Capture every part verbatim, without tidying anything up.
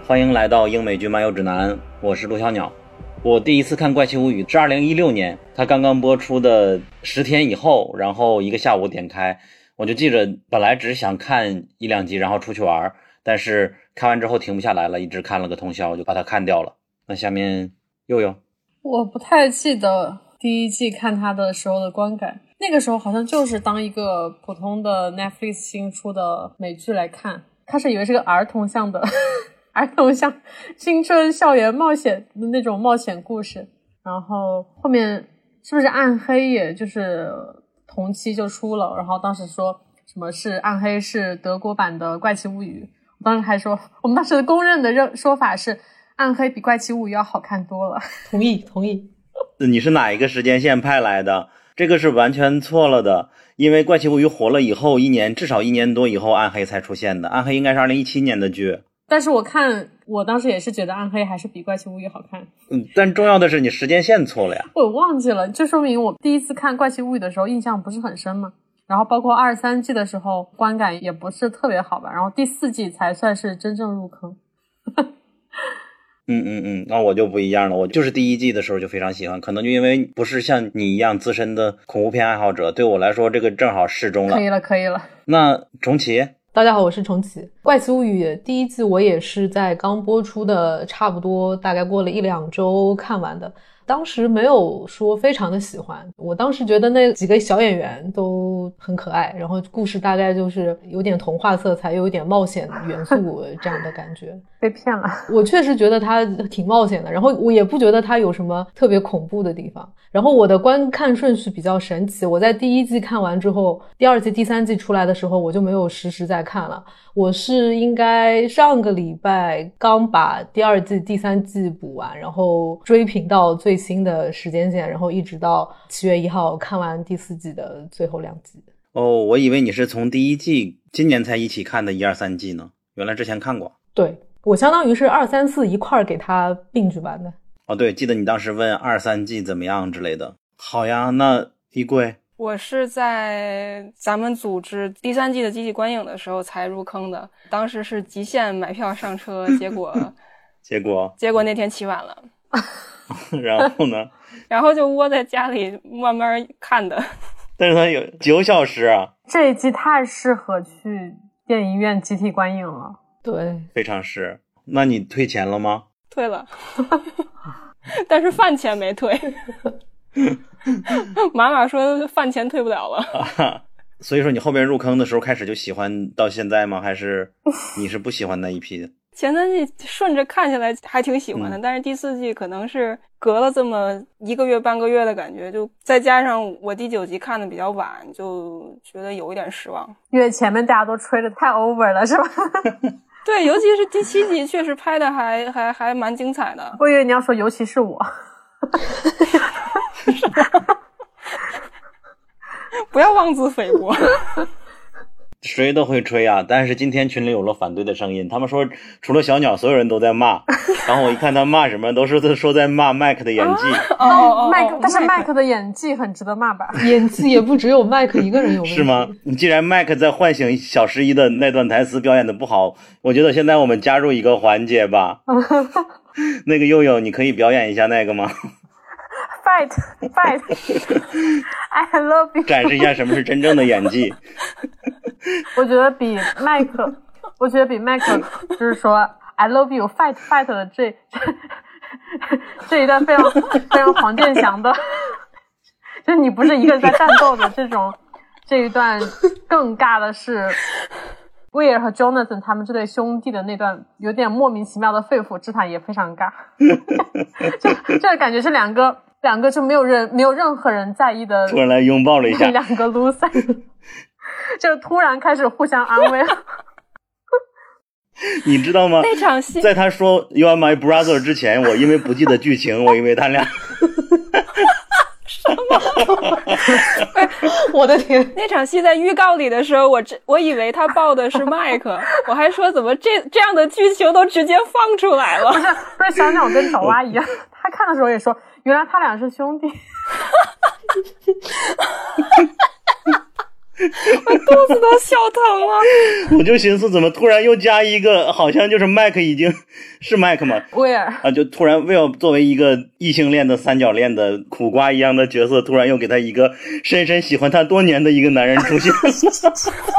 欢迎来到英美剧漫游指南，我是陆小鸟。我第一次看怪奇物语是二零一六年，它刚刚播出的十天以后，然后一个下午点开，我就记着本来只是想看一两集然后出去玩，但是看完之后停不下来了，一直看了个通宵就把它看掉了。那下面佑佑。 我不太记得第一季看它的时候的观感，那个时候好像就是当一个普通的 Netflix 新出的美剧来看，开始以为是个儿童向的儿童向青春校园冒险的那种冒险故事，然后后面是不是暗黑也就是同期就出了，然后当时说什么是暗黑是德国版的怪奇物语，我当时还说我们当时公认的认说法是暗黑比怪奇物语要好看多了。 同意同意。 你是哪一个时间线派来的？这个是完全错了的，因为怪奇物语火了以后一年至少一年多以后暗黑才出现的，暗黑应该是二零一七年的剧。 但是我看我当时也是觉得暗黑还是比怪奇物语好看。 嗯，但重要的是你时间线错了呀。 我忘记了，这说明我第一次看怪奇物语的时候印象不是很深嘛，然后包括二三季的时候观感也不是特别好吧，然后第四季才算是真正入坑。 嗯嗯嗯，那我就不一样了，我就是第一季的时候就非常喜欢，可能就因为不是像你一样资深的恐怖片爱好者，对我来说这个正好适中了。 可以了可以了。 那重启。 大家好，我是重启。怪奇物语第一季我也是在刚播出的差不多大概过了一两周看完的，当时没有说非常的喜欢，我当时觉得那几个小演员都很可爱，然后故事大概就是有点童话色彩，有一点冒险元素这样的感觉。 被骗了。 我确实觉得它挺冒险的，然后我也不觉得它有什么特别恐怖的地方。然后我的观看顺序比较神奇，我在第一季看完之后，第二季第三季出来的时候我就没有实时在看了，我是应该上个礼拜刚把第二季第三季补完，然后追评到最新的时间线，然后一直到七月一号看完第四季的最后两集。 哦，我以为你是从第一季今年才一起看的一二三季呢，原来之前看过。 对，我相当于是二三四一块儿给它并举完的。 哦，对，记得你当时问二三季怎么样之类的。好呀，那衣柜。 我是在咱们组织第三季的集体观影的时候才入坑的，当时是极限买票上车，结果结果结果那天起晚了。 然后呢？ 然后就窝在家里慢慢看的。 但是它有九小时啊！ 这一季太适合去电影院集体观影了。 对， 非常是。那你退钱了吗？ 退了。但是饭钱没退。妈妈说饭钱退不了了。 啊，所以说你后边入坑的时候开始就喜欢到现在吗？还是你是不喜欢那一批？ 前三季顺着看下来还挺喜欢的、嗯、但是第四季可能是隔了这么一个月半个月的感觉，就再加上我第九集看的比较晚，就觉得有一点失望， 因为前面大家都吹得太 over 了是吧？ 对，尤其是第七集确实拍的还还还蛮精彩的。 我以为你要说尤其是我。 不要妄自菲薄。 谁都会吹啊，但是今天群里有了反对的声音，他们说除了小鸟所有人都在骂，然后我一看他骂什么都是说在骂麦克的演技。 哦哦，麦克，但是麦克的演技很值得骂吧？ 演技也不只有麦克一个人有问题。 是吗？既然麦克在唤醒小十一的那段台词表演的不好，我觉得现在我们加入一个环节吧。那个佑佑你可以表演一下那个吗 ？Fight fight I love you， 展示一下什么是真正的演技。 我觉得比麦克我觉得比麦克就是说 I love you fight fight 的这这一段非常非常黄健翔的，就是你不是一个人在战斗的这种这一段更尬的是威尔和 Jonathan 他们这对兄弟的那段有点莫名其妙的肺腑之谈也非常尬。这这感觉是两个两个就没有人没有任何人在意的， 突然来拥抱了一下两个 loser， 就突然开始互相安慰了。 你知道吗？ 那场戏在他说 You are my brother 之前，我因为不记得剧情，我以为他俩什么？ 我的天！ 那场戏在预告里的时候，我我以为他抱的是麦克，我还说怎么这这样的剧情都直接放出来了。 不是不是，小鸟跟小蛙一样，他看的时候也说，原来他俩是兄弟。 我肚子都笑疼了。 我就寻思怎么突然又加一个好像就是麦克已经是麦克吗？ 威尔啊，就突然威尔作为一个异性恋的三角恋的苦瓜一样的角色，突然又给他一个深深喜欢他多年的一个男人出现了。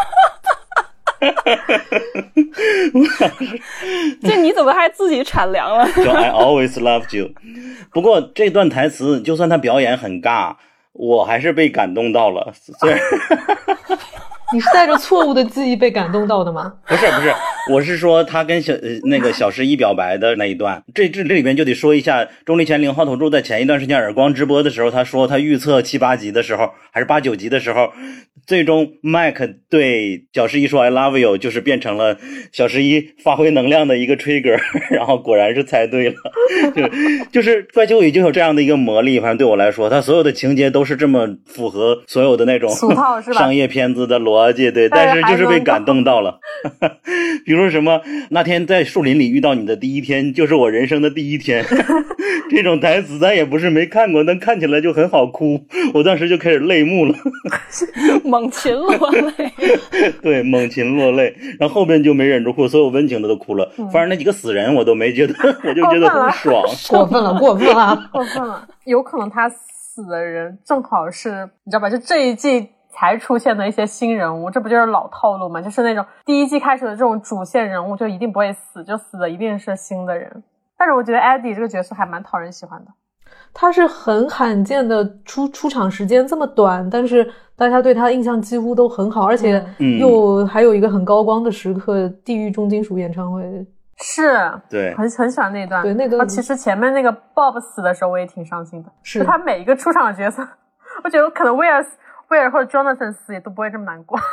这你怎么还自己产粮了？ 就 I always loved you。 不过这段台词就算他表演很尬，我还是被感动到了。虽然你是带着错误的记忆被感动到的吗？ 不是不是，我是说他跟小、呃、那个小十一表白的那一段。这这这里边就得说一下，钟离权零号头柱在前一段时间耳光直播的时候，他说他预测七八集的时候还是八九集的时候，最终麦克对小十一说 I love you 就是变成了小十一发挥能量的一个 trigger， 然后果然是猜对了。就就是怪奇物语就有这样的一个魔力，反正对我来说他所有的情节都是这么符合所有的那种俗套是吧？ 商业片子的逻辑，对，但是就是被感动到了。比如说什么那天在树林里遇到你的第一天就是我人生的第一天。这种台词咱也不是没看过，但看起来就很好哭，我当时就开始泪目了。 猛禽落泪。 对，猛禽落泪，然后后边就没忍住哭，所有温情的都哭了。嗯、反正那几个死人我都没觉得，我就觉得很爽。 过分了，过分了， 过分了。有可能他死的人正好是你知道吧，就这一季才出现的一些新人物，这不就是老套路吗？就是那种第一季开始的这种主线人物就一定不会死，就死的一定是新的人。但是我觉得 Eddie 这个角色还蛮讨人喜欢的， 他是很罕见的出出场时间这么短，但是大家对他印象几乎都很好，而且又还有一个很高光的时刻，地狱重金属演唱会。 是， 对， 很很喜欢那一段。 对，那个其实前面那个 Bob 死的时候我也挺伤心的， 是就他每一个出场的角色，我觉得可能威尔威尔或者 Jonathan 死也都不会这么难过。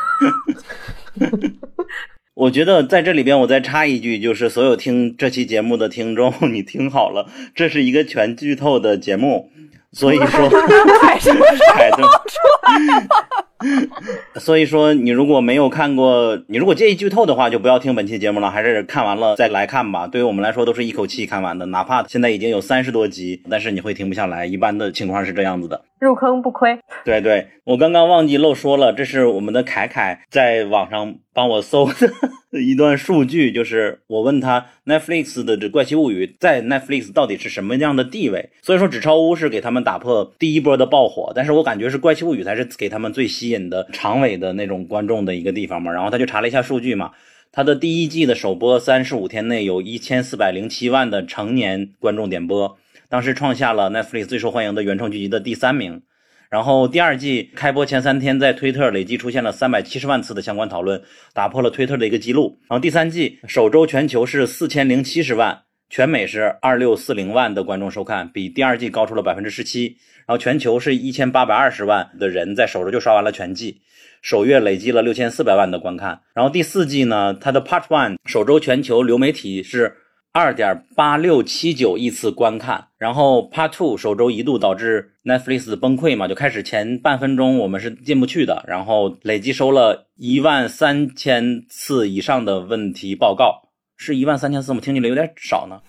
我觉得在这里边我再插一句，就是所有听这期节目的听众你听好了，这是一个全剧透的节目，所以说还是不是透出来了。 所以说你如果没有看过，你如果介意剧透的话就不要听本期节目了，还是看完了再来看吧。对于我们来说都是一口气看完的，哪怕现在已经有三十多集，但是你会停不下来，一般的情况是这样子的， 入坑不亏。 对对，我刚刚忘记漏说了，这是我们的凯凯在网上帮我搜的一段数据，就是我问他 Netflix 的这怪奇物语在 Netflix 到底是什么样的地位。所以说纸钞屋是给他们打破第一波的爆火，但是我感觉是怪奇物语才是给他们最吸引的长尾的那种观众的一个地方嘛。然后他就查了一下数据嘛，他的第一季的首播三十五天内有一千四百零七万的成年观众点播，当时创下了 Netflix 最受欢迎的原创剧集的第三名。然后第二季开播前三天在推特累计出现了三百七十万次的相关讨论，打破了推特的一个记录。然后第三季首周全球是四千零七十万，全美是二千六百四十万的观众收看，比第二季高出了 百分之十七。 然后全球是一千八百二十万的人在首周就刷完了全季，首月累积了六千四百万的观看。然后第四季呢，它的 Part 一 首周全球流媒体是 二点八六七九亿次观看，然后 Part 二 首周一度导致 Netflix 崩溃嘛，就开始前半分钟我们是进不去的，然后累计收了一万三千次以上的问题报告。是一万三千次吗？听起来有点少呢。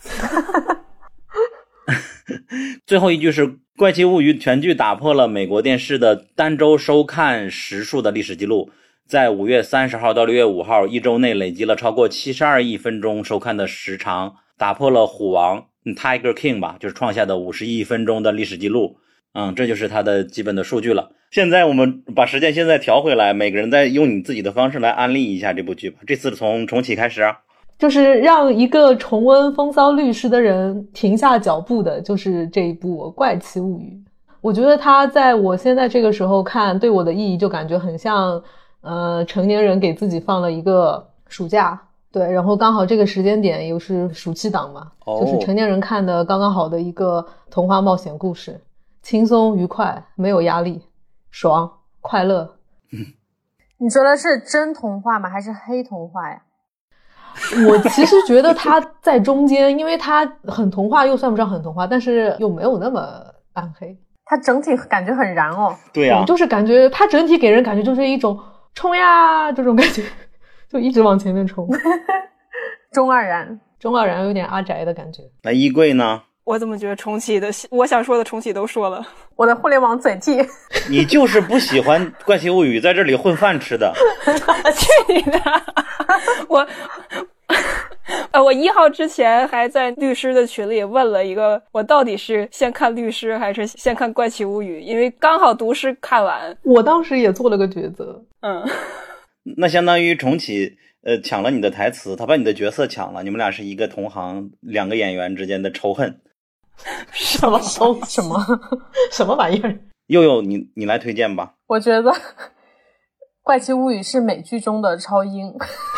最后一句是怪奇物语全剧打破了美国电视的单周收看时数的历史记录，在五月三十号到六月五号一周内累积了超过七十二亿分钟收看的时长，打破了虎王 Tiger King 吧，就是创下的五十亿分钟的历史记录。嗯，这就是它的基本的数据了。现在我们把时间现在调回来，每个人再用你自己的方式来安利一下这部剧吧。这次从重启开始啊。 就是让一个重温风骚律师的人停下脚步的，就是这一部《怪奇物语》。我觉得它在我现在这个时候看，对我的意义就感觉很像，呃，成年人给自己放了一个暑假，对，然后刚好这个时间点又是暑期档嘛，哦，就是成年人看的刚刚好的一个童话冒险故事，轻松愉快，没有压力，爽，快乐。 你说的是真童话吗？还是黑童话呀？ 我其实觉得它在中间，因为它很童话又算不上很童话，但是又没有那么暗黑。 它整体感觉很燃哦。 对啊， 就是感觉它整体给人感觉就是一种冲呀这种感觉，就一直往前面冲。 中二燃， 中二燃有点阿宅的感觉。 那衣柜呢？ 我怎么觉得重启的我想说的重启都说了？ 我的互联网嘴替。 你就是不喜欢怪奇物语在这里混饭吃的。 去你的！我呃，我一号之前还在律师的群里问了一个，我到底是先看律师还是先看怪奇物语，因为刚好读诗看完。 我当时也做了个抉择。 嗯， 那相当于重启呃抢了你的台词，他把你的角色抢了，你们俩是一个同行，两个演员之间的仇恨。 什么仇什么什么玩意儿？ 佑佑，你你来推荐吧。 我觉得怪奇物语是美剧中的超英。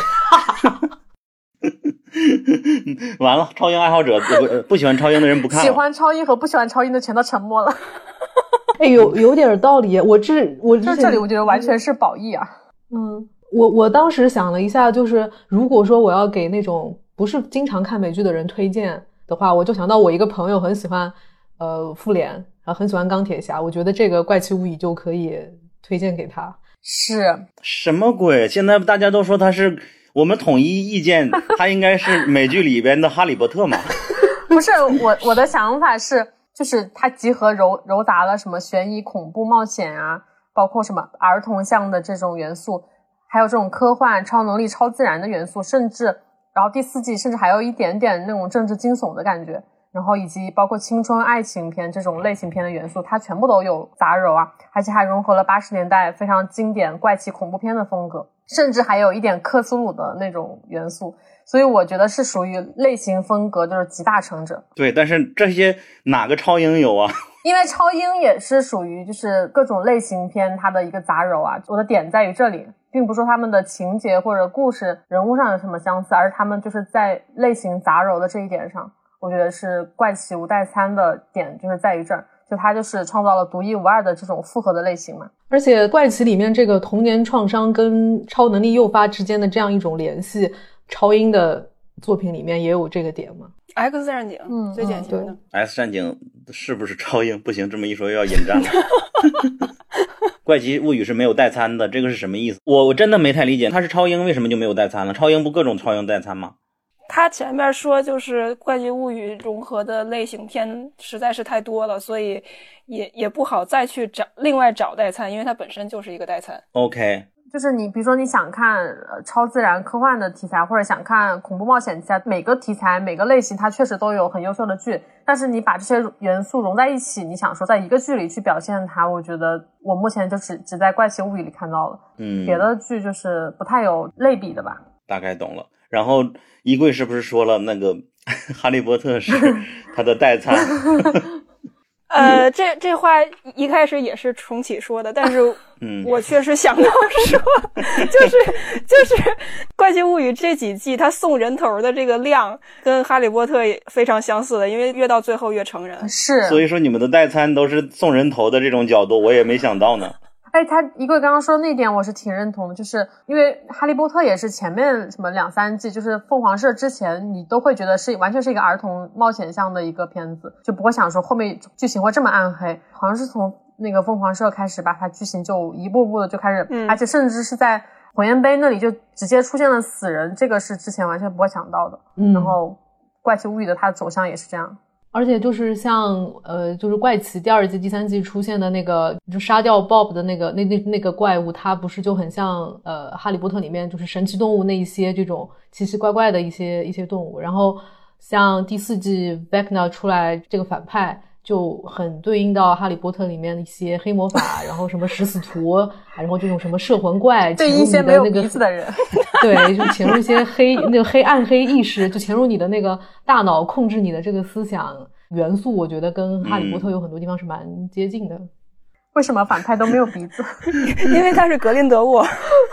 完了，超英爱好者不不喜欢超英的人不看了。 喜欢超英和不喜欢超英的全都沉默了。 哎，有有点道理。我这我就这里我觉得完全是褒义啊。 嗯，我我当时想了一下，就是如果说我要给那种不是经常看美剧的人推荐的话，我就想到我一个朋友很喜欢呃复联，然后很喜欢钢铁侠，我觉得这个怪奇物语就可以推荐给他。 是什么鬼？现在大家都说他是，我们统一意见他应该是美剧里边的哈利波特嘛。 不是，我我的想法是就是它集合糅糅杂了什么悬疑恐怖冒险啊，包括什么儿童向的这种元素，还有这种科幻超能力超自然的元素，甚至然后第四季甚至还有一点点那种政治惊悚的感觉，然后以及包括青春爱情片这种类型片的元素，它全部都有杂糅啊，而且还融合了八十年代非常经典怪奇恐怖片的风格，甚至还有一点克苏鲁的那种元素，所以我觉得是属于类型风格就是集大成者。 对，但是这些哪个超英有啊？ 因为超英也是属于就是各种类型片它的一个杂糅啊，我的点在于这里，并不是说他们的情节或者故事人物上有什么相似，而是他们就是在类型杂糅的这一点上，我觉得是怪奇无代餐的点就是在于这儿，就它就是创造了独一无二的这种复合的类型嘛。 而且怪奇里面这个童年创伤跟超能力诱发之间的这样一种联系，超英的作品里面也有这个点嘛。 X 战警嗯最典型的、 嗯、 X 战警是不是超英？不行，这么一说又要引战了。怪奇物语是没有代餐的，这个是什么意思？我我真的没太理解，他是超英为什么就没有代餐了？超英不各种超英代餐吗？ 他前面说就是怪奇物语融合的类型片实在是太多了，所以也也不好再去找另外找代餐，因为它本身就是一个代餐。 OK， 就是你比如说你想看呃超自然科幻的题材，或者想看恐怖冒险题材，每个题材每个类型它确实都有很优秀的剧，但是你把这些元素融在一起，你想说在一个剧里去表现它，我觉得我目前就只只在怪奇物语里看到了， 嗯， 别的剧就是不太有类比的吧。 大概懂了。然后衣柜是不是说了那个哈利波特是他的代餐？ 呃，这这话一开始也是重启说的，但是我确实想到说，就是就是怪奇物语这几季他送人头的这个量跟哈利波特非常相似的，因为越到最后越成人。 是， 所以说你们的代餐都是送人头的这种角度，我也没想到呢。 哎，他一个刚刚说的那点我是挺认同的，就是因为哈利波特也是前面什么两三季，就是凤凰社之前你都会觉得是完全是一个儿童冒险向的一个片子，就不会想说后面剧情会这么暗黑，好像是从那个凤凰社开始吧，它剧情就一步步的就开始、嗯、而且甚至是在火焰杯那里就直接出现了死人，这个是之前完全不会想到的、嗯、然后怪奇物语的它的走向也是这样。 而且就是像呃，就是怪奇第二季、第三季出现的那个，就杀掉 Bob 的那个那那那个怪物，它不是就很像呃《哈利波特》里面就是神奇动物那一些这种奇奇怪怪的一些一些动物。然后像第四季 Vecna 出来这个反派，就很对应到《哈利波特》里面的一些黑魔法，然后什么食死徒，然后这种什么摄魂怪， 对一些没有鼻子的人， 对，就潜入一些黑那个黑暗黑意识，就潜入你的那个大脑，控制你的这个思想元素。我觉得跟哈利波特有很多地方是蛮接近的。 嗯、为什么反派都没有鼻子？ 因为他是格林德沃。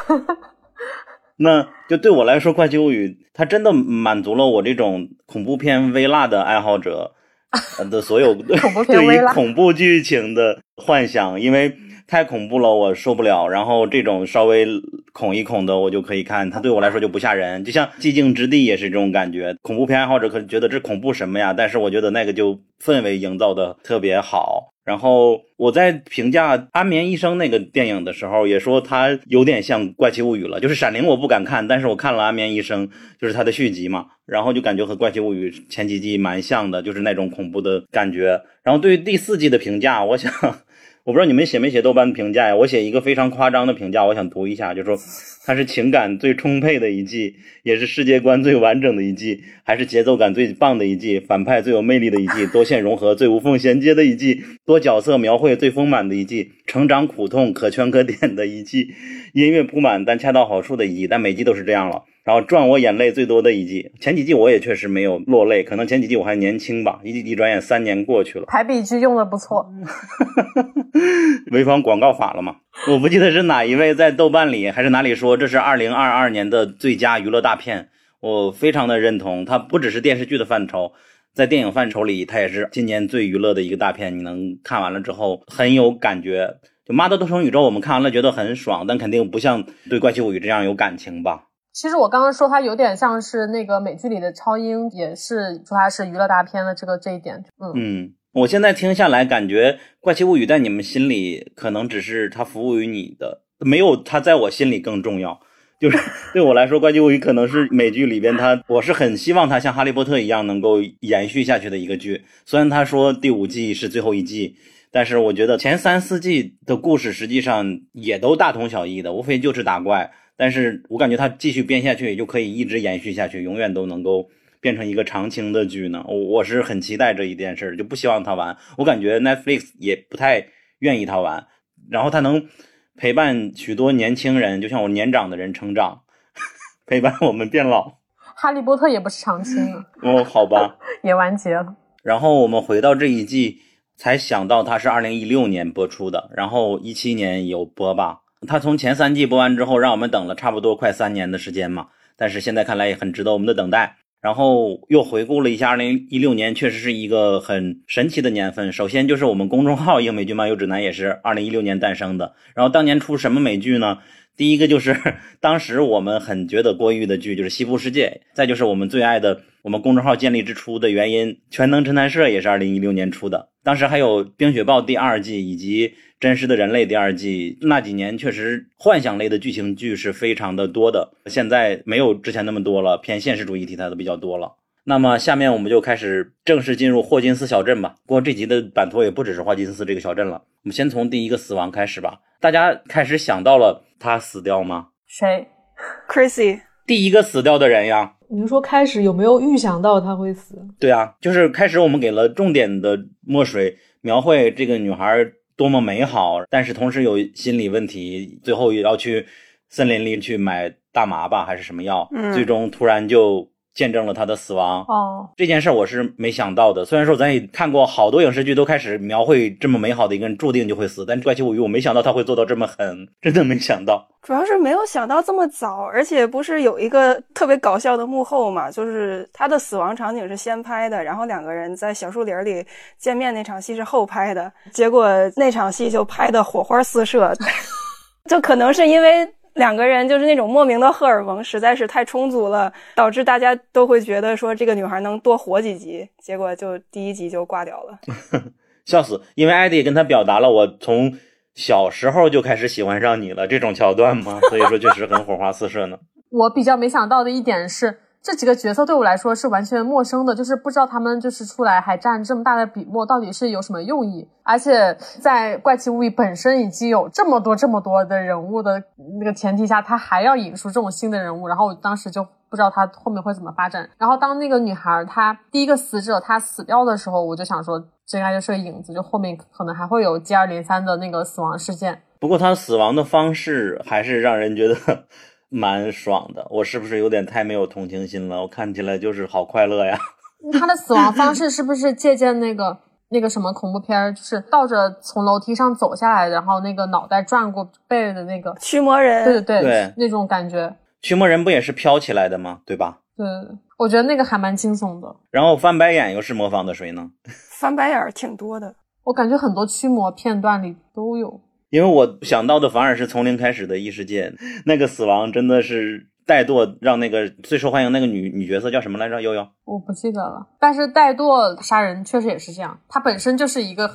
那就对我来说，怪奇物语它真的满足了我这种恐怖片微辣的爱好者的所有对于恐怖剧情的幻想，因为太恐怖了我受不了，然后这种稍微恐一恐的我就可以看，它对我来说就不吓人。就像寂静之地也是这种感觉，恐怖片爱好者可能觉得这恐怖什么呀，但是我觉得那个就氛围营造的特别好。 然后我在评价《安眠医生》那个电影的时候也说它有点像《怪奇物语》了，就是《闪灵》我不敢看，但是我看了《安眠医生》，就是它的续集嘛，然后就感觉和《怪奇物语》前几季蛮像的，就是那种恐怖的感觉。然后对于第四季的评价，我想我不知道你们写没写豆瓣评价呀？我写一个非常夸张的评价，我想读一下，就是说它是情感最充沛的一季，也是世界观最完整的一季，还是节奏感最棒的一季，反派最有魅力的一季，多线融合最无缝衔接的一季，多角色描绘最丰满的一季，成长苦痛可圈可点的一季，音乐铺满但恰到好处的一季，但每季都是这样了。然后赚我眼泪最多的一季，前几季我也确实没有落泪，可能前几季我还年轻吧，一季一转眼三年过去了。 排比句用的不错。 违反广告法了吗？我不记得是哪一位在豆瓣里还是哪里说这是二零二二年的最佳娱乐大片，我非常的认同，它不只是电视剧的范畴，在电影范畴里它也是今年最娱乐的一个大片，你能看完了之后很有感觉。就妈的多重宇宙我们看完了觉得很爽，但肯定不像对怪奇物语这样有感情吧。 其实我刚刚说它有点像是那个美剧里的超英，也是说它是娱乐大片的这个这一点。嗯嗯，我现在听下来感觉怪奇物语在你们心里可能只是它服务于你的，没有它在我心里更重要。就是对我来说怪奇物语可能是美剧里边它，我是很希望它像哈利波特一样能够延续下去的一个剧。虽然他说第五季是最后一季，但是我觉得前三四季的故事实际上也都大同小异的，无非就是打怪，但是我感觉它继续编下去也就可以一直延续下去，永远都能够变成一个长青的剧呢。我我是很期待这一件事，就不希望它完。我感觉 Netflix 也不太愿意它完，然后它能陪伴许多年轻人，就像我年长的人成长，陪伴我们变老。 哈利波特也不是长青啊。 哦，好吧。 也完结了。 然后我们回到这一季才想到它是二零一六年播出的，然后一七年有播吧。它从前三季播完之后让我们等了差不多快三年的时间嘛，但是现在看来也很值得我们的等待。然后又回顾了一下二零一六年，确实是一个很神奇的年份。首先就是我们公众号英美剧漫游指南也是二零一六年诞生的。然后当年出什么美剧呢？第一个就是当时我们很觉得过誉的剧就是西部世界，再就是我们最爱的我们公众号建立之初的原因全能侦探社也是二零一六年出的。当时还有冰雪暴第二季以及真实的人类第二季，那几年确实幻想类的剧情剧是非常的多的，现在没有之前那么多了，偏现实主义题材的比较多了。那么下面我们就开始正式进入霍金斯小镇吧。不过这集的版图也不只是霍金斯这个小镇了，我们先从第一个死亡开始吧。大家开始想到了他死掉吗？ 谁？ Chrissy 第一个死掉的人呀。 你说开始有没有预想到他会死？ 对啊，就是开始我们给了重点的墨水描绘这个女孩多么美好，但是同时有心理问题，最后要去森林里去买大麻吧还是什么药、嗯、最终突然就见证了他的死亡。 哦， 这件事我是没想到的。虽然说咱也看过好多影视剧都开始描绘这么美好的一个人注定就会死，但怪奇物语我没想到他会做到这么狠，真的没想到。 主要是没有想到这么早，而且不是有一个特别搞笑的幕后嘛，就是他的死亡场景是先拍的，然后两个人在小树林里见面那场戏是后拍的，结果那场戏就拍的火花四射。就可能是因为两个人就是那种莫名的荷尔蒙实在是太充足了，导致大家都会觉得说这个女孩能多活几集，结果就第一集就挂掉了。 笑死，因为艾迪跟他表达了我从小时候就开始喜欢上你了这种桥段嘛，所以说确实很火花四射呢。 我比较没想到的一点是这几个角色对我来说是完全陌生的，就是不知道他们就是出来还占这么大的笔墨到底是有什么用意，而且在怪奇物语本身已经有这么多这么多的人物的那个前提下，他还要引出这种新的人物，然后我当时就不知道他后面会怎么发展。然后当那个女孩她第一个死者她死掉的时候，我就想说这应该就是个影子，就后面可能还会有接二连三的那个死亡事件。 不过他死亡的方式还是让人觉得蛮爽的，我是不是有点太没有同情心了？我看起来就是好快乐呀。 他的死亡方式是不是借鉴那个那个什么恐怖片，就是倒着从楼梯上走下来，然后那个脑袋转过背的那个驱魔人？ 对对 对, 对那种感觉。 驱魔人不也是飘起来的吗？对吧？ 对，我觉得那个还蛮惊悚的。 然后翻白眼又是模仿的谁呢？ 翻白眼挺多的， 我感觉很多驱魔片段里都有。 因为我想到的反而是从零开始的异世界，那个死亡真的是怠惰，让那个最受欢迎那个女女角色叫什么来着？悠悠， 我不记得了。但是怠惰杀人确实也是这样，他本身就是一个很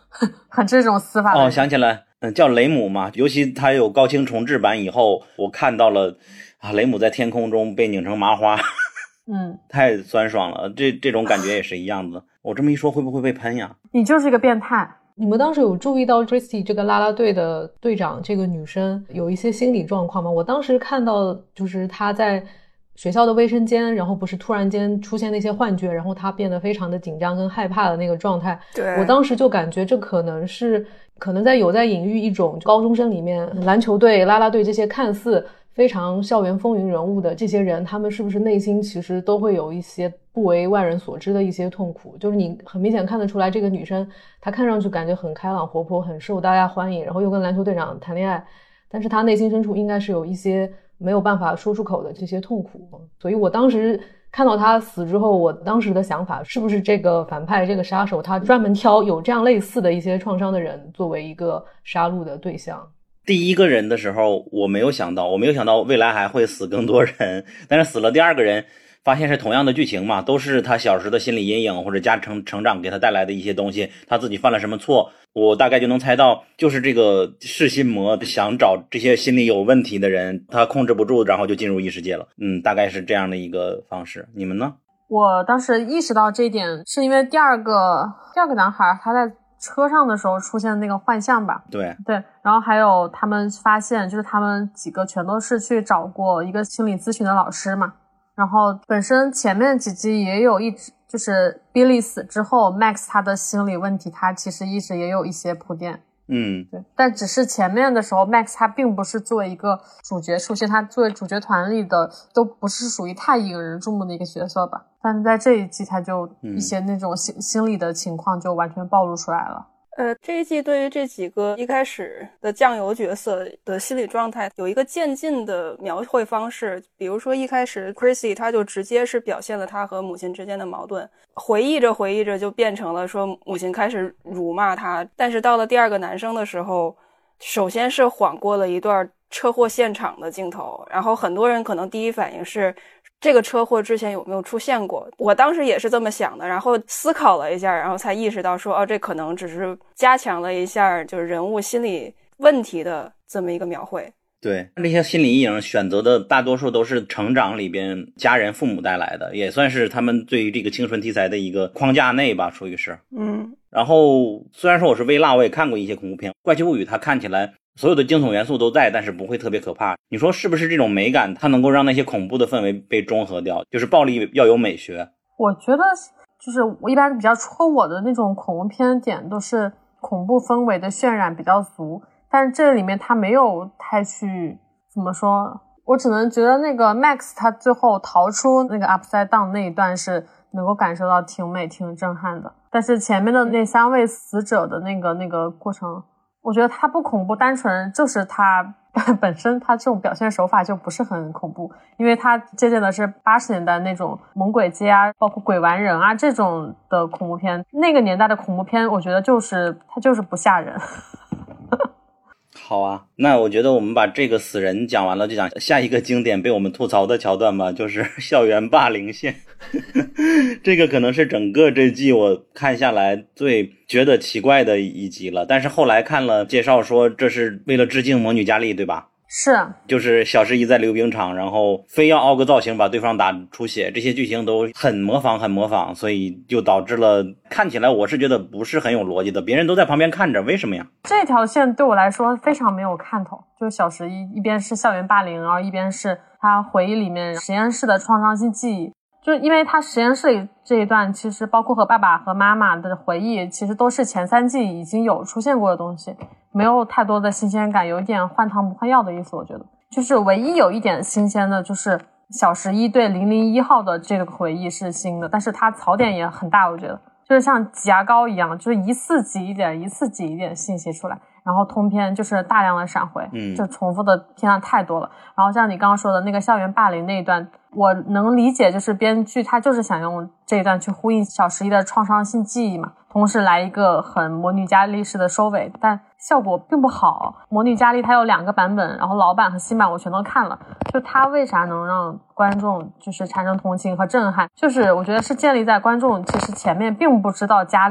很这种死法的。 哦，想起来，嗯，叫雷姆嘛，尤其他有高清重制版以后，我看到了啊，雷姆在天空中被拧成麻花， 嗯， 太酸爽了，这这种感觉也是一样的。我这么一说，会不会被喷呀？ 你就是一个变态。 你们当时有注意到 Christy 这个啦啦队的队长这个女生有一些心理状况吗？我当时看到就是她在学校的卫生间，然后不是突然间出现那些幻觉，然后她变得非常的紧张跟害怕的那个状态。 对， 我当时就感觉这可能是可能在有在隐喻一种高中生里面篮球队啦啦队这些看似非常校园风云人物的这些人，他们是不是内心其实都会有一些不为外人所知的一些痛苦。就是你很明显看得出来，这个女生她看上去感觉很开朗活泼，很受大家欢迎，然后又跟篮球队长谈恋爱，但是她内心深处应该是有一些没有办法说出口的这些痛苦。所以我当时看到她死之后，我当时的想法是不是这个反派这个杀手他专门挑有这样类似的一些创伤的人作为一个杀戮的对象。 第一个人的时候我没有想到，我没有想到未来还会死更多人，但是死了第二个人发现是同样的剧情嘛，都是他小时的心理阴影或者家成成长给他带来的一些东西，他自己犯了什么错，我大概就能猜到，就是这个噬心魔想找这些心理有问题的人，他控制不住，然后就进入异世界了。嗯，大概是这样的一个方式。你们呢？ 我当时意识到这一点是因为第二个第二个男孩他在车上的时候出现的那个幻象吧。 对对，然后还有他们发现就是他们几个全都是去找过一个心理咨询的老师嘛，然后本身前面几集也有一直就是 Billy 死之后 Max 他的心理问题他其实一直也有一些铺垫。 嗯， 对，但只是前面的时候 Max 他并不是作为一个主角出现，他作为主角团里的都不是属于太引人注目的一个角色吧，但是在这一季他就一些那种心、嗯、心理的情况就完全暴露出来了。 呃，这一季对于这几个一开始的酱油角色的心理状态有一个渐进的描绘方式，比如说一开始 Chrissy 他就直接是表现了他和母亲之间的矛盾，回忆着回忆着就变成了说母亲开始辱骂他，但是到了第二个男生的时候，首先是晃过了一段车祸现场的镜头，然后很多人可能第一反应是这个车祸之前有没有出现过，我当时也是这么想的，然后思考了一下，然后才意识到说哦，这可能只是加强了一下就是人物心理问题的这么一个描绘。 对，这些心理阴影选择的大多数都是成长里边家人父母带来的，也算是他们对于这个青春题材的一个框架内吧，属于是。 嗯， 然后虽然说我是微辣，我也看过一些恐怖片，怪奇物语它看起来所有的惊悚元素都在，但是不会特别可怕。你说是不是这种美感它能够让那些恐怖的氛围被中和掉，就是暴力要有美学。 我觉得就是我一般比较戳我的那种恐怖片点都是恐怖氛围的渲染比较足，但是这里面他没有太去怎么说，我只能觉得那个 Max 他最后逃出那个 Upside Down 那一段是能够感受到挺美挺震撼的，但是前面的那三位死者的那个那个过程，我觉得他不恐怖，单纯就是他本身他这种表现手法就不是很恐怖，因为他借鉴的是八十年代那种猛鬼街啊包括鬼玩人啊这种的恐怖片，那个年代的恐怖片我觉得就是他就是不吓人。 好啊，那我觉得我们把这个死人讲完了，就讲下一个经典被我们吐槽的桥段吧，就是校园霸凌线。这个可能是整个这季我看下来最觉得奇怪的一集了，但是后来看了介绍说这是为了致敬魔女佳丽，对吧？ 是， 就是小十一在溜冰场，然后非要凹个造型把对方打出血，这些剧情都很模仿很模仿，所以就导致了看起来我是觉得不是很有逻辑的，别人都在旁边看着，为什么呀？这条线对我来说非常没有看头，就是小十一一边是校园霸凌，然后一边是他回忆里面实验室的创伤性记忆，就是因为他实验室里这一段其实包括和爸爸和妈妈的回忆其实都是前三季已经有出现过的东西，没有太多的新鲜感，有一点换汤不换药的意思。我觉得就是唯一有一点新鲜的就是小十一对零零一号的这个回忆是新的，但是它槽点也很大，我觉得就是像挤牙膏一样，就是一次挤一点一次挤一点信息出来，然后通篇就是大量的闪回， 嗯， 就重复的片段太多了。然后像你刚刚说的那个校园霸凌那一段，我能理解，就是编剧他就是想用这一段去呼应小十一的创伤性记忆嘛，同时来一个很魔女佳丽式的收尾，但效果并不好。魔女佳丽它有两个版本，然后老版和新版我全都看了，就它为啥能让观众就是产生同情和震撼，就是我觉得是建立在观众其实前面并不知道佳丽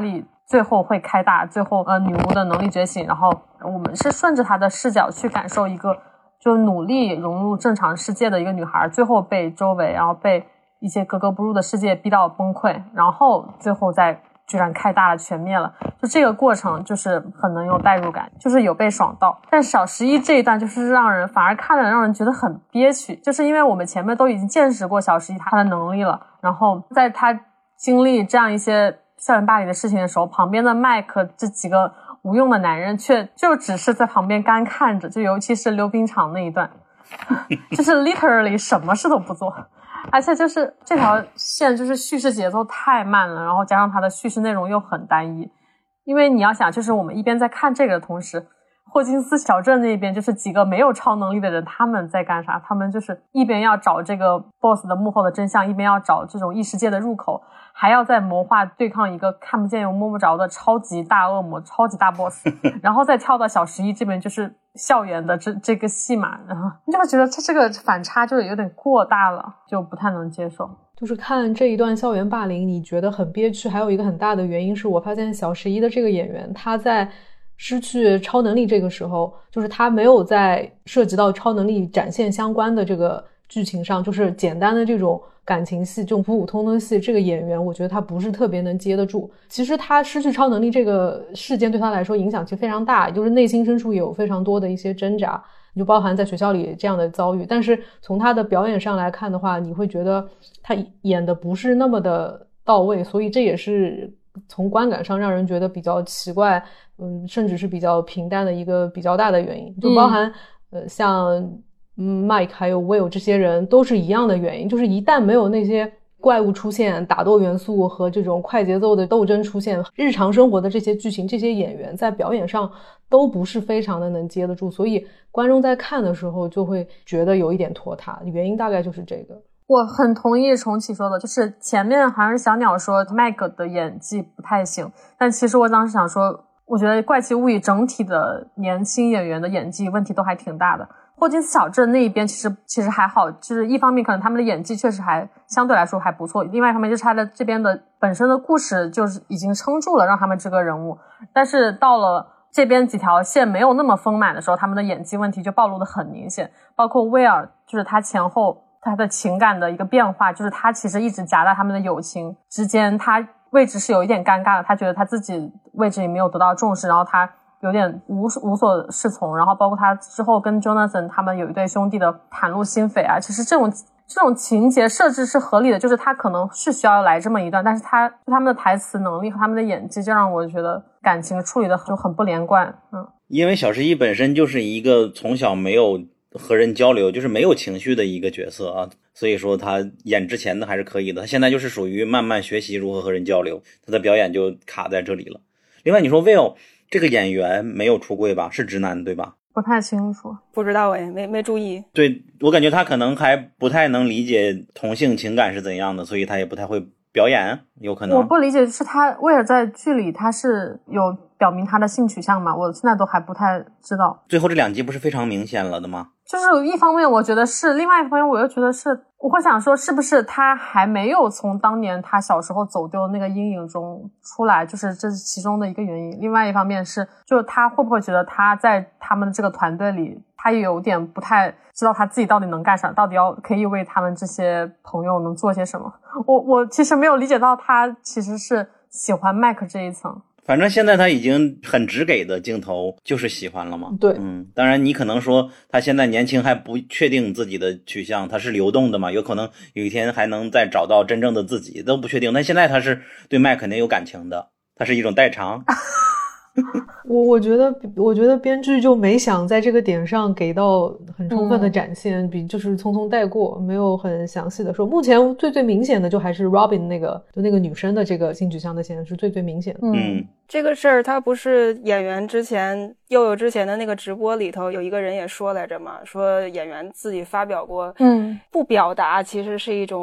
最后会开大，最后呃女巫的能力觉醒，然后我们是顺着她的视角去感受一个就努力融入正常世界的一个女孩，最后被周围然后被一些格格不入的世界逼到崩溃，然后最后再居然开大了全灭了，就这个过程就是很能有代入感，就是有被爽到。但小十一这一段就是让人反而看着让人觉得很憋屈，就是因为我们前面都已经见识过小十一她的能力了，然后在她经历这样一些校园霸凌的事情的时候，旁边的麦克这几个无用的男人却就只是在旁边干看着，就尤其是溜冰场那一段就是 literally 什么事都不做，而且就是这条线就是叙事节奏太慢了，然后加上它的叙事内容又很单一。因为你要想，就是我们一边在看这个的同时，霍金斯小镇那边就是几个没有超能力的人，他们在干啥？他们就是一边要找这个 boss 的幕后的真相，一边要找这种异世界的入口，还要在魔化对抗一个看不见又摸不着的超级大恶魔、超级大 boss， 然后再跳到小十一这边就是校园的这这个戏码，然后你就会觉得它这个反差就是有点过大了，就不太能接受。 就是看这一段校园霸凌你觉得很憋屈，还有一个很大的原因是我发现小十一的这个演员他在失去超能力这个时候，就是他没有在涉及到超能力展现相关的这个剧情上，就是简单的这种感情戏，这种普普通通戏，这个演员我觉得他不是特别能接得住。其实他失去超能力这个事件对他来说影响其实非常大，就是内心深处也有非常多的一些挣扎，就包含在学校里这样的遭遇。但是从他的表演上来看的话，你会觉得他演的不是那么的到位，所以这也是从观感上让人觉得比较奇怪，嗯，甚至是比较平淡的一个比较大的原因。就包含、嗯、呃，像嗯 Mike 还有 Will 这些人都是一样的原因，就是一旦没有那些怪物出现、打斗元素和这种快节奏的斗争出现，日常生活的这些剧情，这些演员在表演上都不是非常的能接得住，所以观众在看的时候就会觉得有一点拖沓，原因大概就是这个。 我很同意重启说的，就是前面好像是小鸟说麦克的演技不太行，但其实我当时想说，我觉得怪奇物语整体的年轻演员的演技问题都还挺大的。霍金斯小镇那一边其实其实还好，就是一方面可能他们的演技确实还相对来说还不错，另外一方面就是他的这边的本身的故事就是已经撑住了让他们这个人物，但是到了这边几条线没有那么丰满的时候，他们的演技问题就暴露得很明显，包括威尔就是他前后他的情感的一个变化，就是他其实一直夹在他们的友情之间，他位置是有一点尴尬的，他觉得他自己位置也没有得到重视，然后他有点无无所适从，然后包括他之后跟 Jonathan 他们有一对兄弟的袒露心扉啊，其实这种这种情节设置是合理的，就是他可能是需要来这么一段，但是他就他们的台词能力和他们的演技就让我觉得感情处理的就很不连贯。嗯， 因为小十一本身就是一个从小没有和人交流，就是没有情绪的一个角色啊，所以说他演之前的还是可以的，他现在就是属于慢慢学习如何和人交流，他的表演就卡在这里了。另外你说 Will 这个演员没有出柜吧，是直男对吧？ 不太清楚， 不知道诶，没没注意。 对，我感觉他可能还不太能理解同性情感是怎样的，所以他也不太会表演，有可能。 我不理解是他威尔在剧里他是有表明他的性取向吗？我现在都还不太知道。 最后这两集不是非常明显了的吗？ 就是一方面我觉得是，另外一方面我又觉得是，我会想说是不是他还没有从当年他小时候走丢的那个阴影中出来，就是这是其中的一个原因。另外一方面是，就他会不会觉得他在他们这个团队里他也有点不太知道他自己到底能干啥，到底要可以为他们这些朋友能做些什么。我我其实没有理解到他其实是喜欢麦克这一层。 反正现在他已经很直给的镜头就是喜欢了嘛。 对， 嗯，当然你可能说他现在年轻还不确定自己的取向，他是流动的嘛，有可能有一天还能再找到真正的自己，都不确定。但现在他是对麦肯定有感情的，他是一种代偿。 我我觉得我觉得编剧就没想在这个点上给到很充分的展现，嗯、比就是匆匆带过，没有很详细的说。目前最最明显的就还是 Robin 那个就那个女生的这个性取向的显示最最明显的。 嗯， 这个事儿他不是演员之前又有之前的那个直播里头有一个人也说来着嘛，说演员自己发表过， 嗯， 不表达其实是一种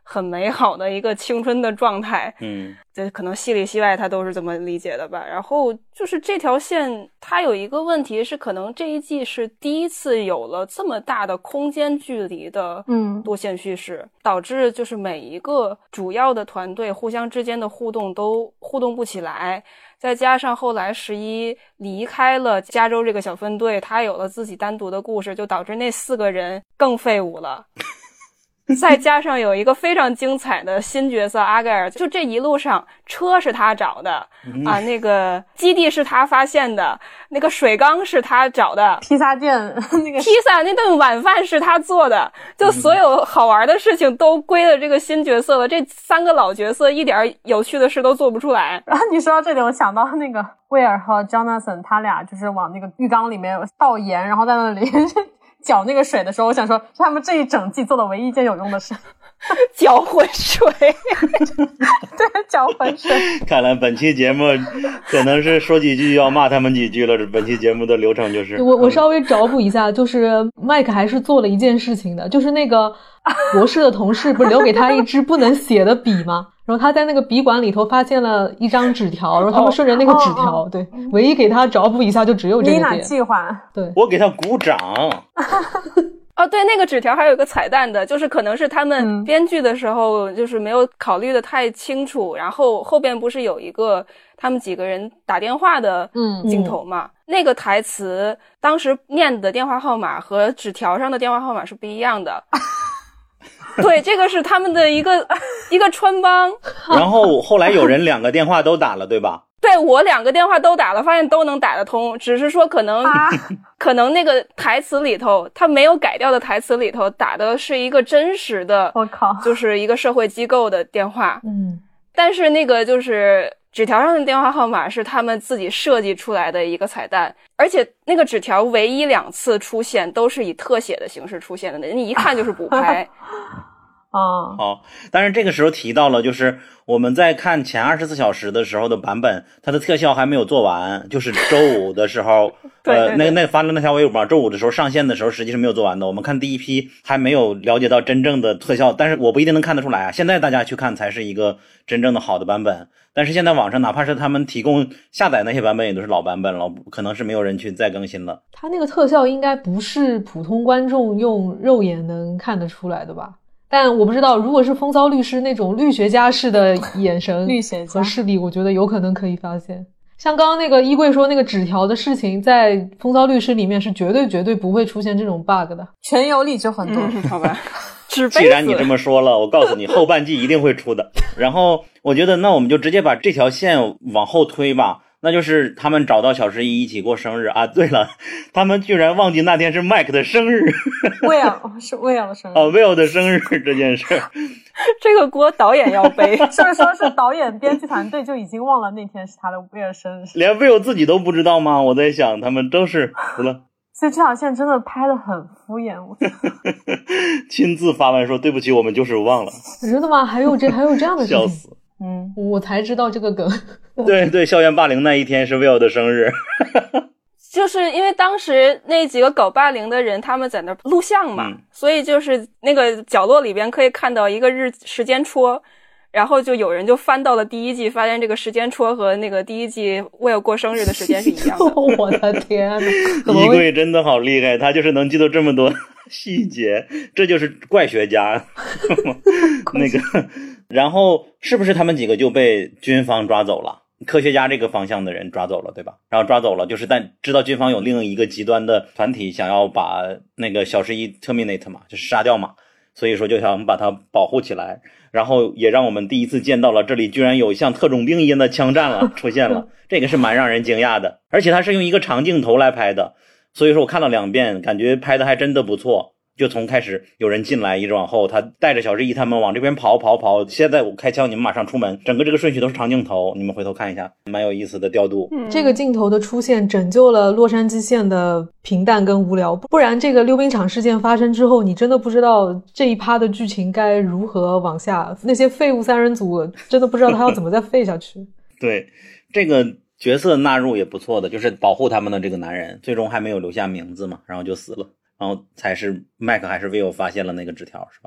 很美好的一个青春的状态。 嗯， 这可能戏里戏外他都是这么理解的吧。然后就是这条线它有一个问题是，可能这一季是第一次有了这么大的空间距离的嗯多线叙事，导致就是每一个主要的团队互相之间的互动都互动不起来。再加上后来十一离开了加州这个小分队，他有了自己单独的故事，就导致那四个人更废物了。再加上有一个非常精彩的新角色阿盖尔，就这一路上车是他找的、嗯、啊，那个基地是他发现的，那个水缸是他找的， 披萨店那个披萨那顿晚饭是他做的，就所有好玩的事情都归了这个新角色了。这三个老角色一点有趣的事都做不出来。 然后你说到这里，我想到那个威尔和 Jonathan 他俩就是往那个浴缸里面倒盐，然后在那里搅那个水的时候，我想说是他们这一整季做的唯一一件有用的事， 搅浑水。 对，搅浑水。 看来本期节目可能是说几句要骂他们几句了。本期节目的流程就是我我稍微找补一下，就是麦克还是做了一件事情的，就是那个博士的同事不是留给他一支不能写的笔吗？然后他在那个笔管里头发现了一张纸条，然后他们顺着那个纸条、哦、对、哦、唯一给他找补一下就只有这个点。 妮娜计划， 对， 我给他鼓掌。 哦，对，那个纸条还有一个彩蛋的，就是可能是他们编剧的时候就是没有考虑的太清楚、嗯、然后后边不是有一个他们几个人打电话的镜头嘛、嗯嗯、那个台词当时念的电话号码和纸条上的电话号码是不一样的。对，这个是他们的一个一个穿帮。 然后后来有人两个电话都打了，对吧？ 对，我两个电话都打了，发现都能打得通，只是说可能、啊、可能那个台词里头他没有改掉的台词里头打的是一个真实的， 我靠， 就是一个社会机构的电话。 嗯， 但是那个就是纸条上的电话号码是他们自己设计出来的一个彩蛋，而且那个纸条唯一两次出现都是以特写的形式出现的，你一看就是补拍。 啊， 好，但是这个时候提到了，就是我们在看前二十四小时的时候的版本，它的特效还没有做完，就是周五的时候， 对对对呃，那那发了那条微博嘛，周五的时候上线的时候，实际是没有做完的。我们看第一批还没有了解到真正的特效，但是我不一定能看得出来啊。现在大家去看才是一个真正的好的版本，但是现在网上哪怕是他们提供下载那些版本，也都是老版本了，可能是没有人去再更新了。 它那个特效应该不是普通观众用肉眼能看得出来的吧？但我不知道，如果是风骚律师那种律学家式的眼神和视力，我觉得有可能可以发现。像刚刚那个衣柜说那个纸条的事情，在风骚律师里面是绝对绝对不会出现这种 bug 的， 全游里就很多、 嗯、好吧。 既然你这么说了，我告诉你后半季一定会出的。然后我觉得那我们就直接把这条线往后推吧，那就是他们找到小十一一起过生日啊。对了，他们居然忘记那天是 Mike 的生日。 Will 是 Will 的生日。 哦 Will 的生日这件事。 这个锅导演要背。 是不是说是导演编剧团队就已经忘了那天是他的 Will 生日？ 连 Will 自己都不知道吗？我在想他们都是服了。 所以这条线真的拍得很敷衍，我亲自发完说对不起，我们就是忘了。 真的吗？还有这还有这样的事情？ 笑死！ 嗯，我才知道这个梗。 对对，校园霸凌那一天是 Will 的生日。 就是因为当时那几个搞霸凌的人他们在那录像嘛、嗯、所以就是那个角落里边可以看到一个日时间戳，然后就有人就翻到了第一季，发现这个时间戳和那个第一季为了过生日的时间是一样的。 我的天哪， 衣柜真的好厉害，他就是能记得这么多细节，这就是怪学家。那个然后是不是他们几个就被军方抓走了，科学家这个方向的人抓走了，对吧？然后抓走了，就是但知道军方有另一个极端的团体想要把那个小十一 terminate 嘛，就是杀掉嘛，所以说就想把它保护起来，然后也让我们第一次见到了这里居然有像特种兵一样的枪战了出现了，这个是蛮让人惊讶的，而且它是用一个长镜头来拍的，所以说我看了两遍，感觉拍的还真的不错。就从开始有人进来一直往后，他带着小十一他们往这边跑跑跑，现在我开枪你们马上出门，整个这个顺序都是长镜头，你们回头看一下，蛮有意思的调度、 嗯、这个镜头的出现拯救了洛杉矶县的平淡跟无聊，不然这个溜冰场事件发生之后，你真的不知道这一趴的剧情该如何往下，那些废物三人组真的不知道他要怎么再废下去。 对，这个角色纳入也不错的，就是保护他们的这个男人最终还没有留下名字嘛，然后就死了，然后才是麦克还是 Will 发现了那个纸条是吧？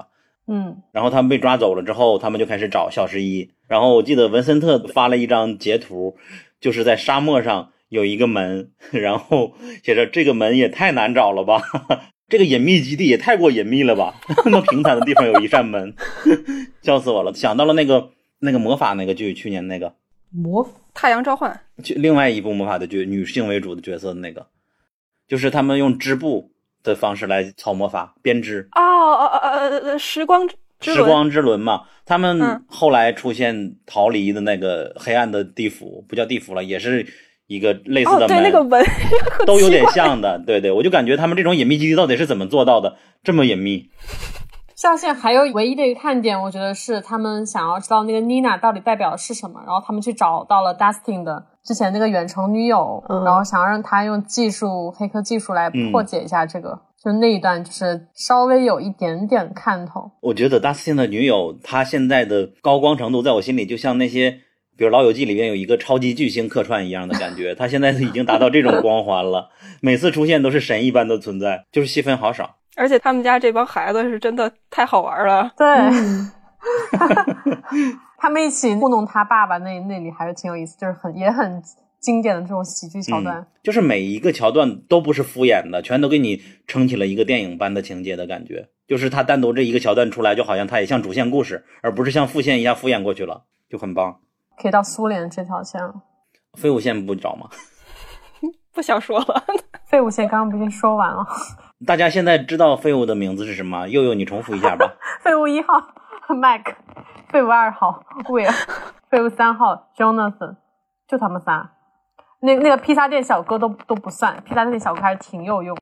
嗯， 然后他们被抓走了之后，他们就开始找小十一。然后我记得文森特发了一张截图，就是在沙漠上有一个门，然后写着这个门也太难找了吧，这个隐秘基地也太过隐秘了吧，那么平坦的地方有一扇门，笑死我了。想到了那个那个魔法那个剧，去年那个魔太阳召唤， 另外一部魔法的剧，女性为主的角色的那个，就是他们用织布的方式来操魔法编织。 哦哦哦呃时光之轮时光之轮嘛，他嗯们后来出现逃离的那个黑暗的地府，不叫地府了，也是一个类似的门， 哦对那个门都有点像的。对对，我就感觉他们这种隐秘基地到底是怎么做到的，这么隐秘。 下线还有唯一的一个看点，我觉得是他们想要知道那个 Nina 到底代表的是什么，然后他们去找到了 Dustin 的之前那个远程女友， 嗯、 然后想要让他用技术黑科技术来破解一下这个。嗯，就那一段就是稍微有一点点看头。 我觉得 Dustin 的女友她现在的高光程度在我心里就像那些比如老友记里面有一个超级巨星客串一样的感觉，她现在已经达到这种光环了，每次出现都是神一般的存在，就是戏份好少。 而且他们家这帮孩子是真的太好玩了。 对、 嗯、 他们一起糊弄他爸爸那那里还是挺有意思，就是很也很经典的这种喜剧桥段、 嗯、就是每一个桥段都不是敷衍的，全都给你撑起了一个电影般的情节的感觉，就是他单独这一个桥段出来，就好像他也像主线故事，而不是像副线一样敷衍过去了，就很棒。 可以到苏联这条线了， 废物线不找吗？ 不想说了。 废物线刚刚不已经说完了？ 大家现在知道废物的名字是什么？佑佑你重复一下吧。 废物一号 Mike， 废物二号 Will， 废物三号 Jonathan， 就他们仨。那那个披萨店小哥都都不算，披萨店小哥还是挺有用。